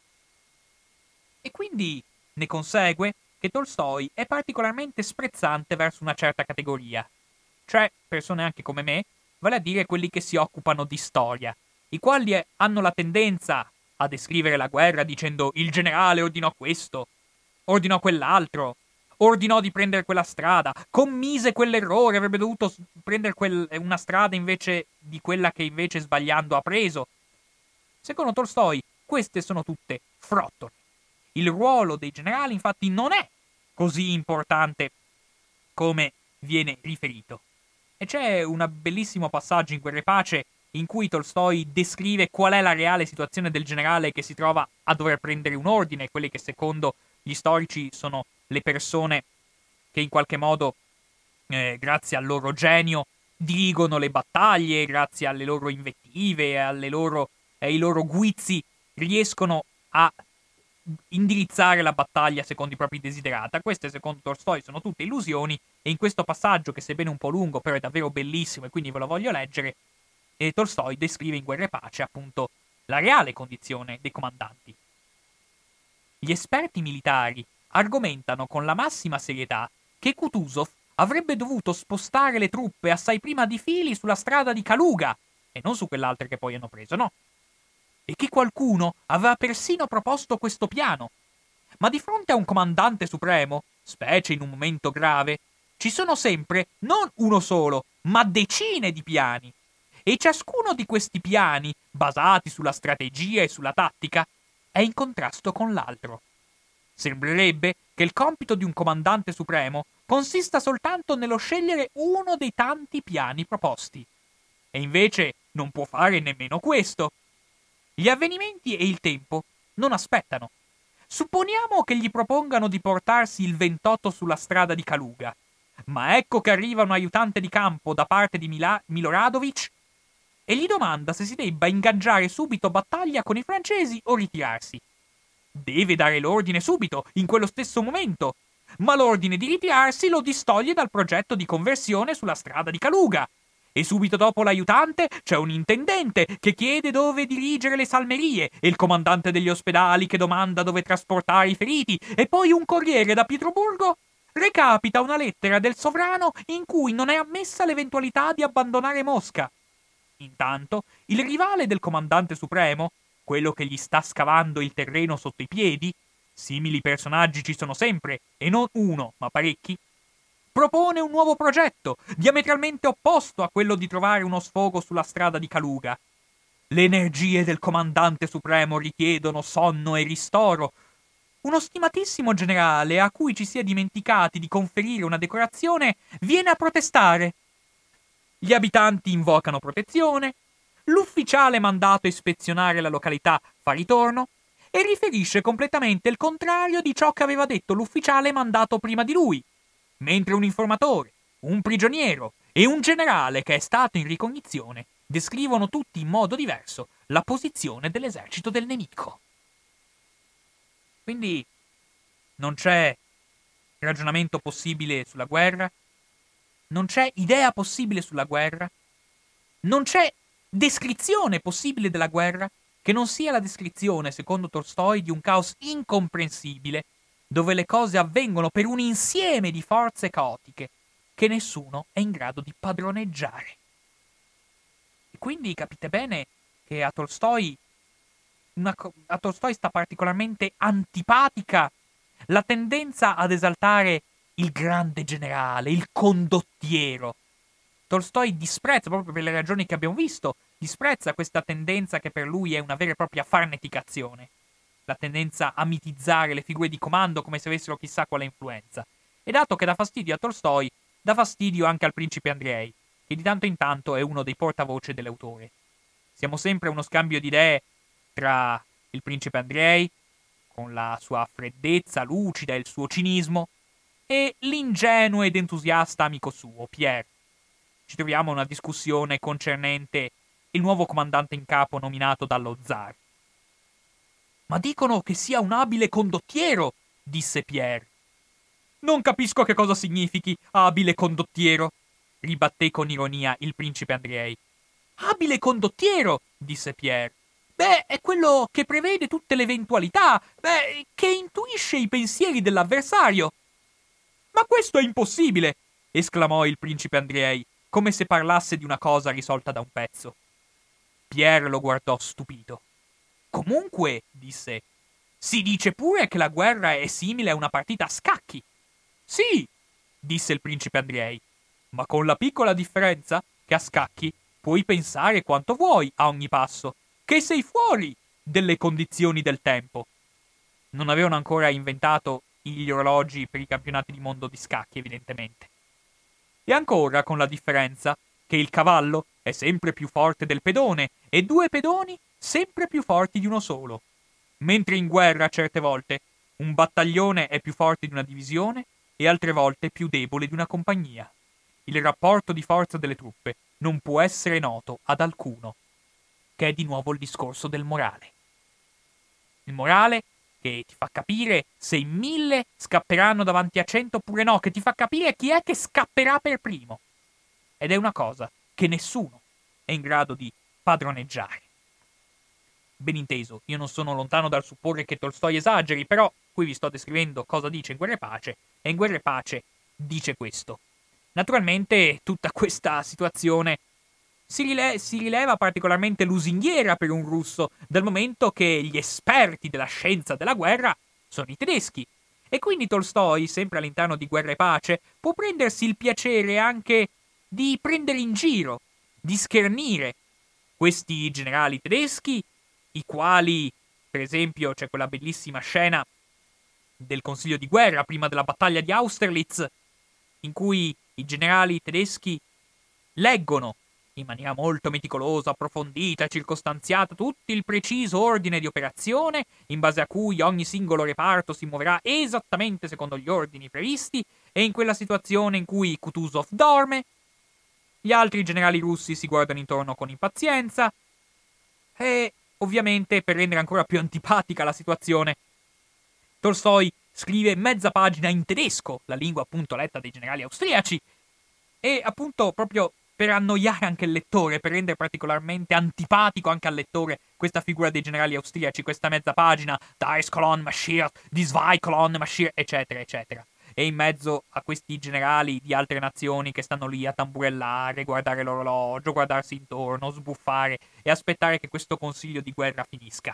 E quindi ne consegue che Tolstoi è particolarmente sprezzante verso una certa categoria, cioè persone anche come me, vale a dire quelli che si occupano di storia, i quali eh, hanno la tendenza a descrivere la guerra dicendo il generale ordinò questo, ordinò quell'altro, ordinò di prendere quella strada, commise quell'errore, avrebbe dovuto prendere quel, una strada invece di quella che invece sbagliando ha preso. Secondo Tolstoi, queste sono tutte frottole. Il ruolo dei generali, infatti, non è così importante come viene riferito. E c'è un bellissimo passaggio in Guerra e Pace in cui Tolstoi descrive qual è la reale situazione del generale che si trova a dover prendere un ordine, quelli che secondo gli storici sono le persone che in qualche modo, eh, grazie al loro genio, dirigono le battaglie, grazie alle loro invettive, alle loro, ai loro guizzi, riescono a indirizzare la battaglia secondo i propri desiderata. Queste, secondo Tolstoi, sono tutte illusioni, e in questo passaggio, che sebbene un po' lungo, però è davvero bellissimo e quindi ve lo voglio leggere, e Tolstoi descrive in Guerra e Pace appunto la reale condizione dei comandanti. Gli esperti militari argomentano con la massima serietà che Kutuzov avrebbe dovuto spostare le truppe assai prima di fili sulla strada di Kaluga, e non su quell'altra che poi hanno preso, no? E che qualcuno aveva persino proposto questo piano. Ma di fronte a un comandante supremo, specie in un momento grave, ci sono sempre non uno solo, ma decine di piani. E ciascuno di questi piani, basati sulla strategia e sulla tattica, è in contrasto con l'altro. Sembrerebbe che il compito di un comandante supremo consista soltanto nello scegliere uno dei tanti piani proposti. E invece non può fare nemmeno questo. Gli avvenimenti e il tempo non aspettano. Supponiamo che gli propongano di portarsi il ventotto sulla strada di Kaluga, ma ecco che arriva un aiutante di campo da parte di Mila- Miloradovic e gli domanda se si debba ingaggiare subito battaglia con i francesi o ritirarsi. Deve dare l'ordine subito, in quello stesso momento, ma l'ordine di ritirarsi lo distoglie dal progetto di conversione sulla strada di Kaluga. E subito dopo l'aiutante c'è un intendente che chiede dove dirigere le salmerie, e il comandante degli ospedali che domanda dove trasportare i feriti, e poi un corriere da Pietroburgo recapita una lettera del sovrano in cui non è ammessa l'eventualità di abbandonare Mosca. Intanto, il rivale del comandante supremo, quello che gli sta scavando il terreno sotto i piedi, simili personaggi ci sono sempre, e non uno, ma parecchi, propone un nuovo progetto, diametralmente opposto a quello di trovare uno sfogo sulla strada di Kaluga. Le energie del comandante supremo richiedono sonno e ristoro. Uno stimatissimo generale a cui ci si è dimenticati di conferire una decorazione viene a protestare. Gli abitanti invocano protezione, l'ufficiale mandato a ispezionare la località fa ritorno e riferisce completamente il contrario di ciò che aveva detto l'ufficiale mandato prima di lui, mentre un informatore, un prigioniero e un generale che è stato in ricognizione descrivono tutti in modo diverso la posizione dell'esercito del nemico. Quindi non c'è ragionamento possibile sulla guerra, non c'è idea possibile sulla guerra, non c'è descrizione possibile della guerra che non sia la descrizione, secondo Tolstoi, di un caos incomprensibile, dove le cose avvengono per un insieme di forze caotiche che nessuno è in grado di padroneggiare. E quindi capite bene che a Tolstoi, una, a Tolstoi sta particolarmente antipatica la tendenza ad esaltare il grande generale, il condottiero. Tolstoi disprezza, proprio per le ragioni che abbiamo visto, disprezza questa tendenza che per lui è una vera e propria farneticazione. La tendenza a mitizzare le figure di comando come se avessero chissà quale influenza. E dato che dà fastidio a Tolstoi, dà fastidio anche al principe Andrei, che di tanto in tanto è uno dei portavoce dell'autore. Siamo sempre uno scambio di idee tra il principe Andrei, con la sua freddezza lucida e il suo cinismo, e l'ingenuo ed entusiasta amico suo, Pierre. Ci troviamo a una discussione concernente il nuovo comandante in capo nominato dallo zar. Ma dicono che sia un abile condottiero, disse Pierre. Non capisco che cosa significhi abile condottiero, ribatté con ironia il principe Andrei. Abile condottiero, disse Pierre. Beh, è quello che prevede tutte le eventualità, beh, che intuisce i pensieri dell'avversario. Ma questo è impossibile, esclamò il principe Andrei, come se parlasse di una cosa risolta da un pezzo. Pierre lo guardò stupito. Comunque, disse, si dice pure che la guerra è simile a una partita a scacchi. Sì, disse il principe Andrei, ma con la piccola differenza che a scacchi puoi pensare quanto vuoi a ogni passo, che sei fuori delle condizioni del tempo. Non avevano ancora inventato gli orologi per i campionati di mondo di scacchi, evidentemente. E ancora con la differenza che il cavallo è sempre più forte del pedone e due pedoni sempre più forti di uno solo. Mentre in guerra, certe volte, un battaglione è più forte di una divisione e altre volte più debole di una compagnia. Il rapporto di forza delle truppe non può essere noto ad alcuno, che è di nuovo il discorso del morale. Il morale che ti fa capire se in mille scapperanno davanti a cento oppure no, che ti fa capire chi è che scapperà per primo. Ed è una cosa che nessuno è in grado di padroneggiare. Ben inteso, io non sono lontano dal supporre che Tolstoi esageri, però qui vi sto descrivendo cosa dice in Guerra e Pace, e in Guerra e Pace dice questo. Naturalmente tutta questa situazione si, rile- si rileva particolarmente lusinghiera per un russo, dal momento che gli esperti della scienza della guerra sono i tedeschi. E quindi Tolstoi, sempre all'interno di Guerra e Pace, può prendersi il piacere anche di prendere in giro, di schernire questi generali tedeschi, i quali, per esempio, c'è quella bellissima scena del Consiglio di guerra prima della battaglia di Austerlitz, in cui i generali tedeschi leggono in maniera molto meticolosa, approfondita e circostanziata tutto il preciso ordine di operazione, in base a cui ogni singolo reparto si muoverà esattamente secondo gli ordini previsti, e in quella situazione in cui Kutuzov dorme, gli altri generali russi si guardano intorno con impazienza e, ovviamente, per rendere ancora più antipatica la situazione, Tolstoi scrive mezza pagina in tedesco, la lingua appunto letta dai generali austriaci, e appunto proprio per annoiare anche il lettore, per rendere particolarmente antipatico anche al lettore questa figura dei generali austriaci, questa mezza pagina, Dies Kolonne marschiert, die Zwei Kolonne marschiert, eccetera, eccetera. E in mezzo a questi generali di altre nazioni che stanno lì a tamburellare, guardare l'orologio, guardarsi intorno, sbuffare e aspettare che questo consiglio di guerra finisca.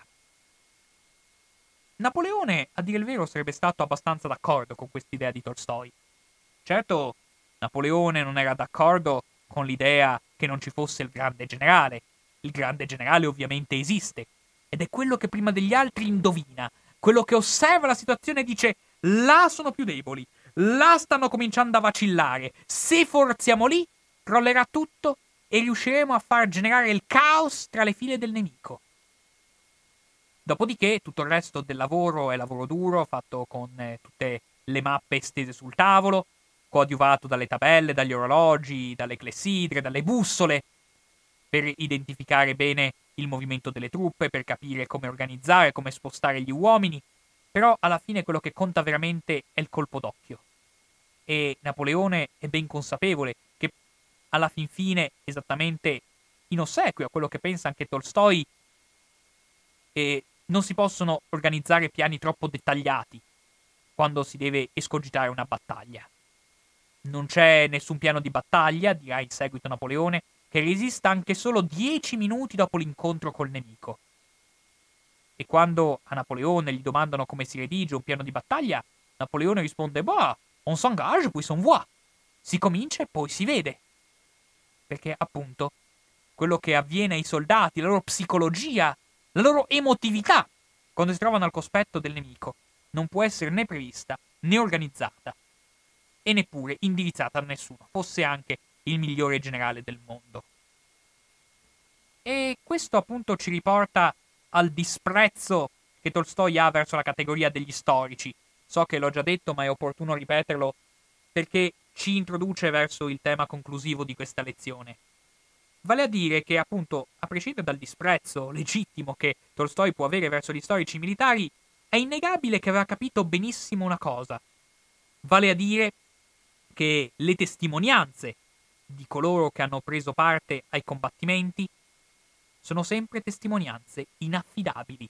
Napoleone, a dire il vero, sarebbe stato abbastanza d'accordo con quest'idea di Tolstoi. Certo, Napoleone non era d'accordo con l'idea che non ci fosse il grande generale. Il grande generale ovviamente esiste, ed è quello che prima degli altri indovina, quello che osserva la situazione e dice: là sono più deboli, là stanno cominciando a vacillare, se forziamo lì, crollerà tutto e riusciremo a far generare il caos tra le file del nemico. Dopodiché tutto il resto del lavoro è lavoro duro, fatto con eh, tutte le mappe stese sul tavolo, coadiuvato dalle tabelle, dagli orologi, dalle clessidre, dalle bussole, per identificare bene il movimento delle truppe, per capire come organizzare, come spostare gli uomini, però alla fine quello che conta veramente è il colpo d'occhio. E Napoleone è ben consapevole che alla fin fine, esattamente in ossequio a quello che pensa anche Tolstoi, eh, non si possono organizzare piani troppo dettagliati quando si deve escogitare una battaglia. Non c'è nessun piano di battaglia, dirà in seguito Napoleone, che resista anche solo dieci minuti dopo l'incontro col nemico. E quando a Napoleone gli domandano come si redige un piano di battaglia, Napoleone risponde: bah, on s'engage puis on voit. Si comincia e poi si vede. Perché, appunto, quello che avviene ai soldati, la loro psicologia, la loro emotività, quando si trovano al cospetto del nemico, non può essere né prevista né organizzata e neppure indirizzata da nessuno, fosse anche il migliore generale del mondo. E questo appunto ci riporta al disprezzo che Tolstoi ha verso la categoria degli storici. So che l'ho già detto, ma è opportuno ripeterlo perché ci introduce verso il tema conclusivo di questa lezione. Vale a dire che, appunto, a prescindere dal disprezzo legittimo che Tolstoi può avere verso gli storici militari, è innegabile che aveva capito benissimo una cosa. Vale a dire che le testimonianze di coloro che hanno preso parte ai combattimenti sono sempre testimonianze inaffidabili.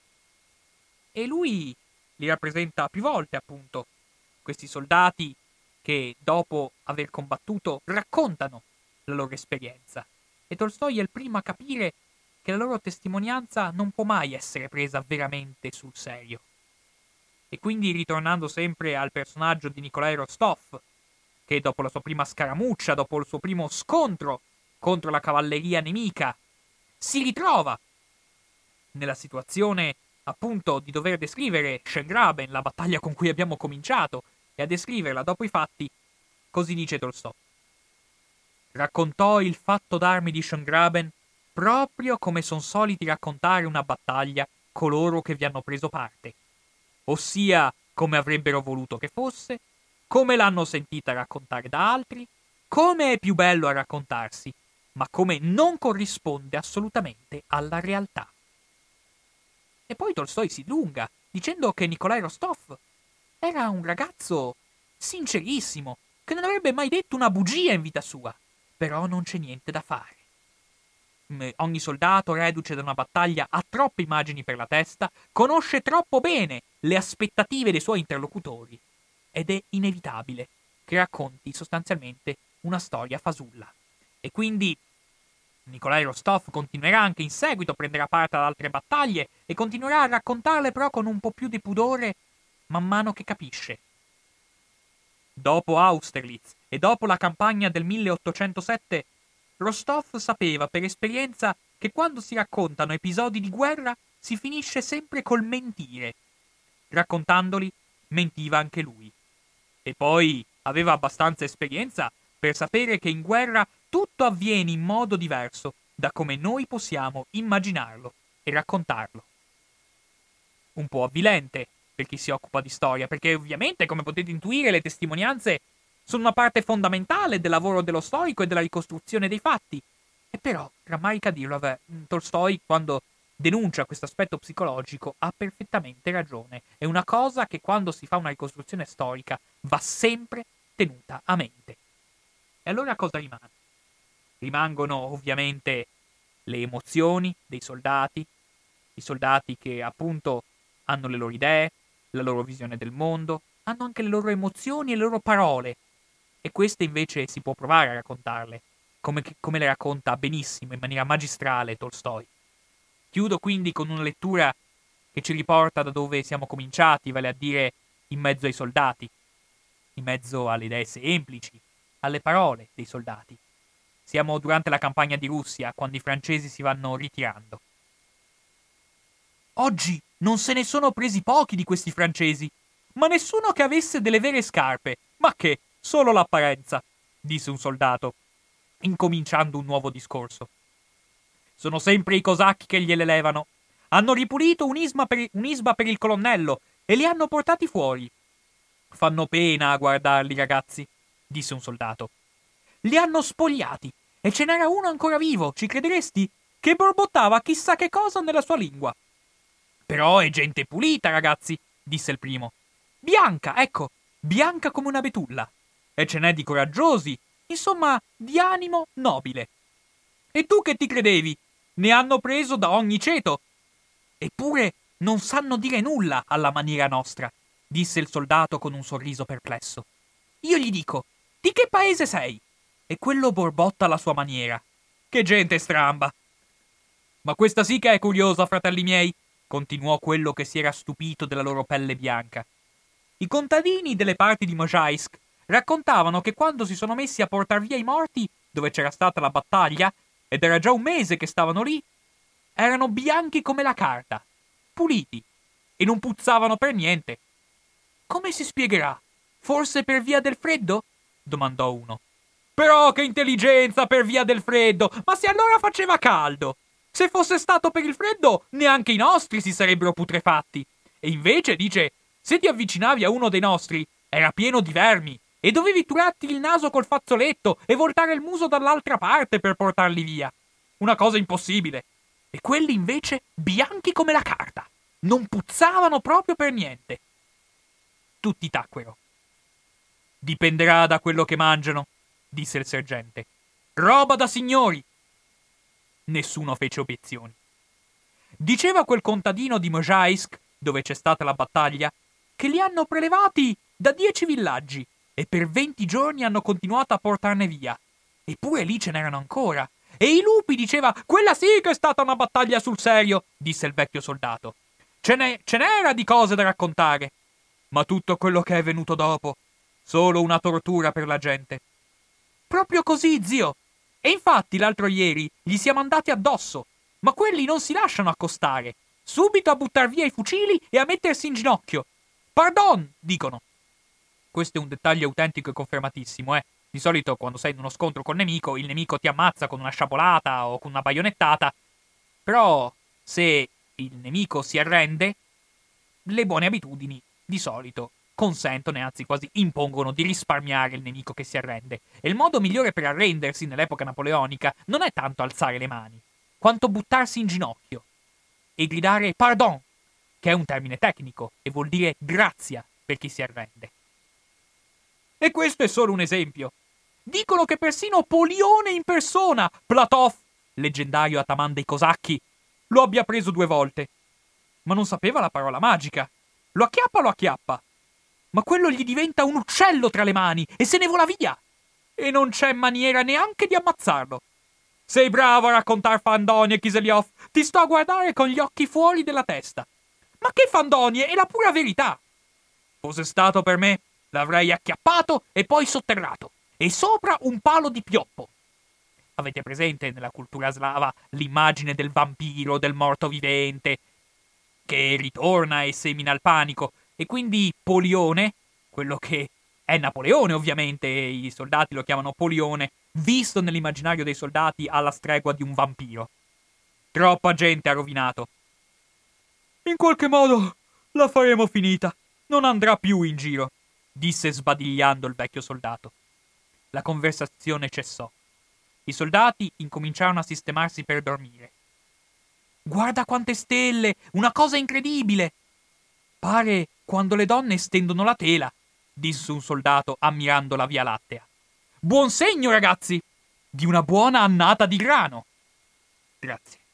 E lui li rappresenta più volte, appunto, questi soldati che dopo aver combattuto raccontano la loro esperienza. E Tolstoi è il primo a capire che la loro testimonianza non può mai essere presa veramente sul serio. E quindi, ritornando sempre al personaggio di Nikolai Rostov, che dopo la sua prima scaramuccia, dopo il suo primo scontro contro la cavalleria nemica, si ritrova nella situazione, appunto, di dover descrivere Schöngraben, la battaglia con cui abbiamo cominciato, e a descriverla dopo i fatti, così dice Tolstoi. Raccontò il fatto d'armi di Schöngraben proprio come son soliti raccontare una battaglia coloro che vi hanno preso parte, ossia come avrebbero voluto che fosse, come l'hanno sentita raccontare da altri, come è più bello a raccontarsi, ma come non corrisponde assolutamente alla realtà. E poi Tolstoi si dilunga, dicendo che Nikolai Rostov era un ragazzo sincerissimo, che non avrebbe mai detto una bugia in vita sua. Però non c'è niente da fare. Ogni soldato, reduce da una battaglia, ha troppe immagini per la testa, conosce troppo bene le aspettative dei suoi interlocutori, ed è inevitabile che racconti sostanzialmente una storia fasulla. E quindi Nikolai Rostov continuerà anche in seguito, prenderà parte ad altre battaglie e continuerà a raccontarle però con un po' più di pudore man mano che capisce. Dopo Austerlitz e dopo la campagna del milleottocentosette, Rostov sapeva per esperienza che quando si raccontano episodi di guerra si finisce sempre col mentire. Raccontandoli, mentiva anche lui. E poi aveva abbastanza esperienza per sapere che in guerra tutto avviene in modo diverso da come noi possiamo immaginarlo e raccontarlo. Un po' avvilente per chi si occupa di storia, perché ovviamente, come potete intuire, le testimonianze sono una parte fondamentale del lavoro dello storico e della ricostruzione dei fatti. E però, rammarica dirlo, beh, Tolstoi, quando denuncia questo aspetto psicologico, ha perfettamente ragione. È una cosa che quando si fa una ricostruzione storica va sempre tenuta a mente. E allora cosa rimane? Rimangono ovviamente le emozioni dei soldati, i soldati che appunto hanno le loro idee, la loro visione del mondo, hanno anche le loro emozioni e le loro parole. E queste invece si può provare a raccontarle, come, come le racconta benissimo, in maniera magistrale, Tolstoi. Chiudo quindi con una lettura che ci riporta da dove siamo cominciati, vale a dire in mezzo ai soldati, in mezzo alle idee semplici, alle parole dei soldati. Siamo durante la campagna di Russia, quando i francesi si vanno ritirando. Oggi non se ne sono presi pochi di questi francesi, ma nessuno che avesse delle vere scarpe. Ma che, solo l'apparenza, disse un soldato, incominciando un nuovo discorso. Sono sempre i cosacchi che gliele levano. Hanno ripulito un'isma per, un'isba per il colonnello e li hanno portati fuori. Fanno pena a guardarli, ragazzi, disse un soldato. Li hanno spogliati e ce n'era uno ancora vivo, ci crederesti? Che borbottava chissà che cosa nella sua lingua. Però è gente pulita, ragazzi, disse il primo. Bianca, ecco, bianca come una betulla. E ce n'è di coraggiosi, insomma, di animo nobile. E tu che ti credevi? Ne hanno preso da ogni ceto. Eppure non sanno dire nulla alla maniera nostra, disse il soldato con un sorriso perplesso. Io gli dico, di che paese sei? E quello borbotta alla sua maniera. Che gente stramba! Ma questa sì che è curiosa, fratelli miei, continuò quello che si era stupito della loro pelle bianca. I contadini delle parti di Mojaisk raccontavano che quando si sono messi a portar via i morti, dove c'era stata la battaglia, ed era già un mese che stavano lì, erano bianchi come la carta, puliti, e non puzzavano per niente. Come si spiegherà? Forse per via del freddo? Domandò uno. Però che intelligenza per via del freddo! Ma se allora faceva caldo! Se fosse stato per il freddo, neanche i nostri si sarebbero putrefatti. E invece, dice, se ti avvicinavi a uno dei nostri, era pieno di vermi, e dovevi turarti il naso col fazzoletto e voltare il muso dall'altra parte per portarli via. Una cosa impossibile. E quelli invece bianchi come la carta. Non puzzavano proprio per niente. Tutti tacquero. Dipenderà da quello che mangiano, disse il sergente. Roba da signori. Nessuno fece obiezioni. Diceva quel contadino di Mojaisk, dove c'è stata la battaglia, che li hanno prelevati da dieci villaggi e per venti giorni hanno continuato a portarne via. Eppure lì ce n'erano ancora. E i lupi, diceva, quella sì che è stata una battaglia sul serio, disse il vecchio soldato. Ce, n'è, ce n'era di cose da raccontare. Ma tutto quello che è venuto dopo, solo una tortura per la gente. Proprio così, zio. E infatti l'altro ieri gli siamo andati addosso. Ma quelli non si lasciano accostare. Subito a buttar via i fucili e a mettersi in ginocchio. Pardon, dicono. Questo è un dettaglio autentico e confermatissimo, eh. Di solito quando sei in uno scontro col nemico, il nemico ti ammazza con una sciabolata o con una baionettata. Però se il nemico si arrende, le buone abitudini di solito consentono e anzi quasi impongono di risparmiare il nemico che si arrende. E il modo migliore per arrendersi nell'epoca napoleonica non è tanto alzare le mani, quanto buttarsi in ginocchio e gridare pardon, che è un termine tecnico e vuol dire grazia per chi si arrende. E questo è solo un esempio. Dicono che persino Polione in persona, Platov, leggendario ataman dei cosacchi, lo abbia preso due volte. Ma non sapeva la parola magica. Lo acchiappa, lo acchiappa. Ma quello gli diventa un uccello tra le mani e se ne vola via. E non c'è maniera neanche di ammazzarlo. Sei bravo a raccontar fandonie, Kiselyov. Ti sto a guardare con gli occhi fuori della testa. Ma che fandonie? È la pura verità. Fosse stato per me, l'avrei acchiappato e poi sotterrato. E sopra un palo di pioppo. Avete presente nella cultura slava l'immagine del vampiro, del morto vivente, che ritorna e semina il panico? E quindi Polione, quello che è Napoleone ovviamente, i soldati lo chiamano Polione, visto nell'immaginario dei soldati alla stregua di un vampiro. Troppa gente ha rovinato. In qualche modo la faremo finita. Non andrà più in giro, disse sbadigliando il vecchio soldato. La conversazione cessò. I soldati incominciarono a sistemarsi per dormire. Guarda quante stelle! Una cosa incredibile! Pare quando le donne stendono la tela, disse un soldato ammirando la Via Lattea. Buon segno, ragazzi! Di una buona annata di grano! Grazie.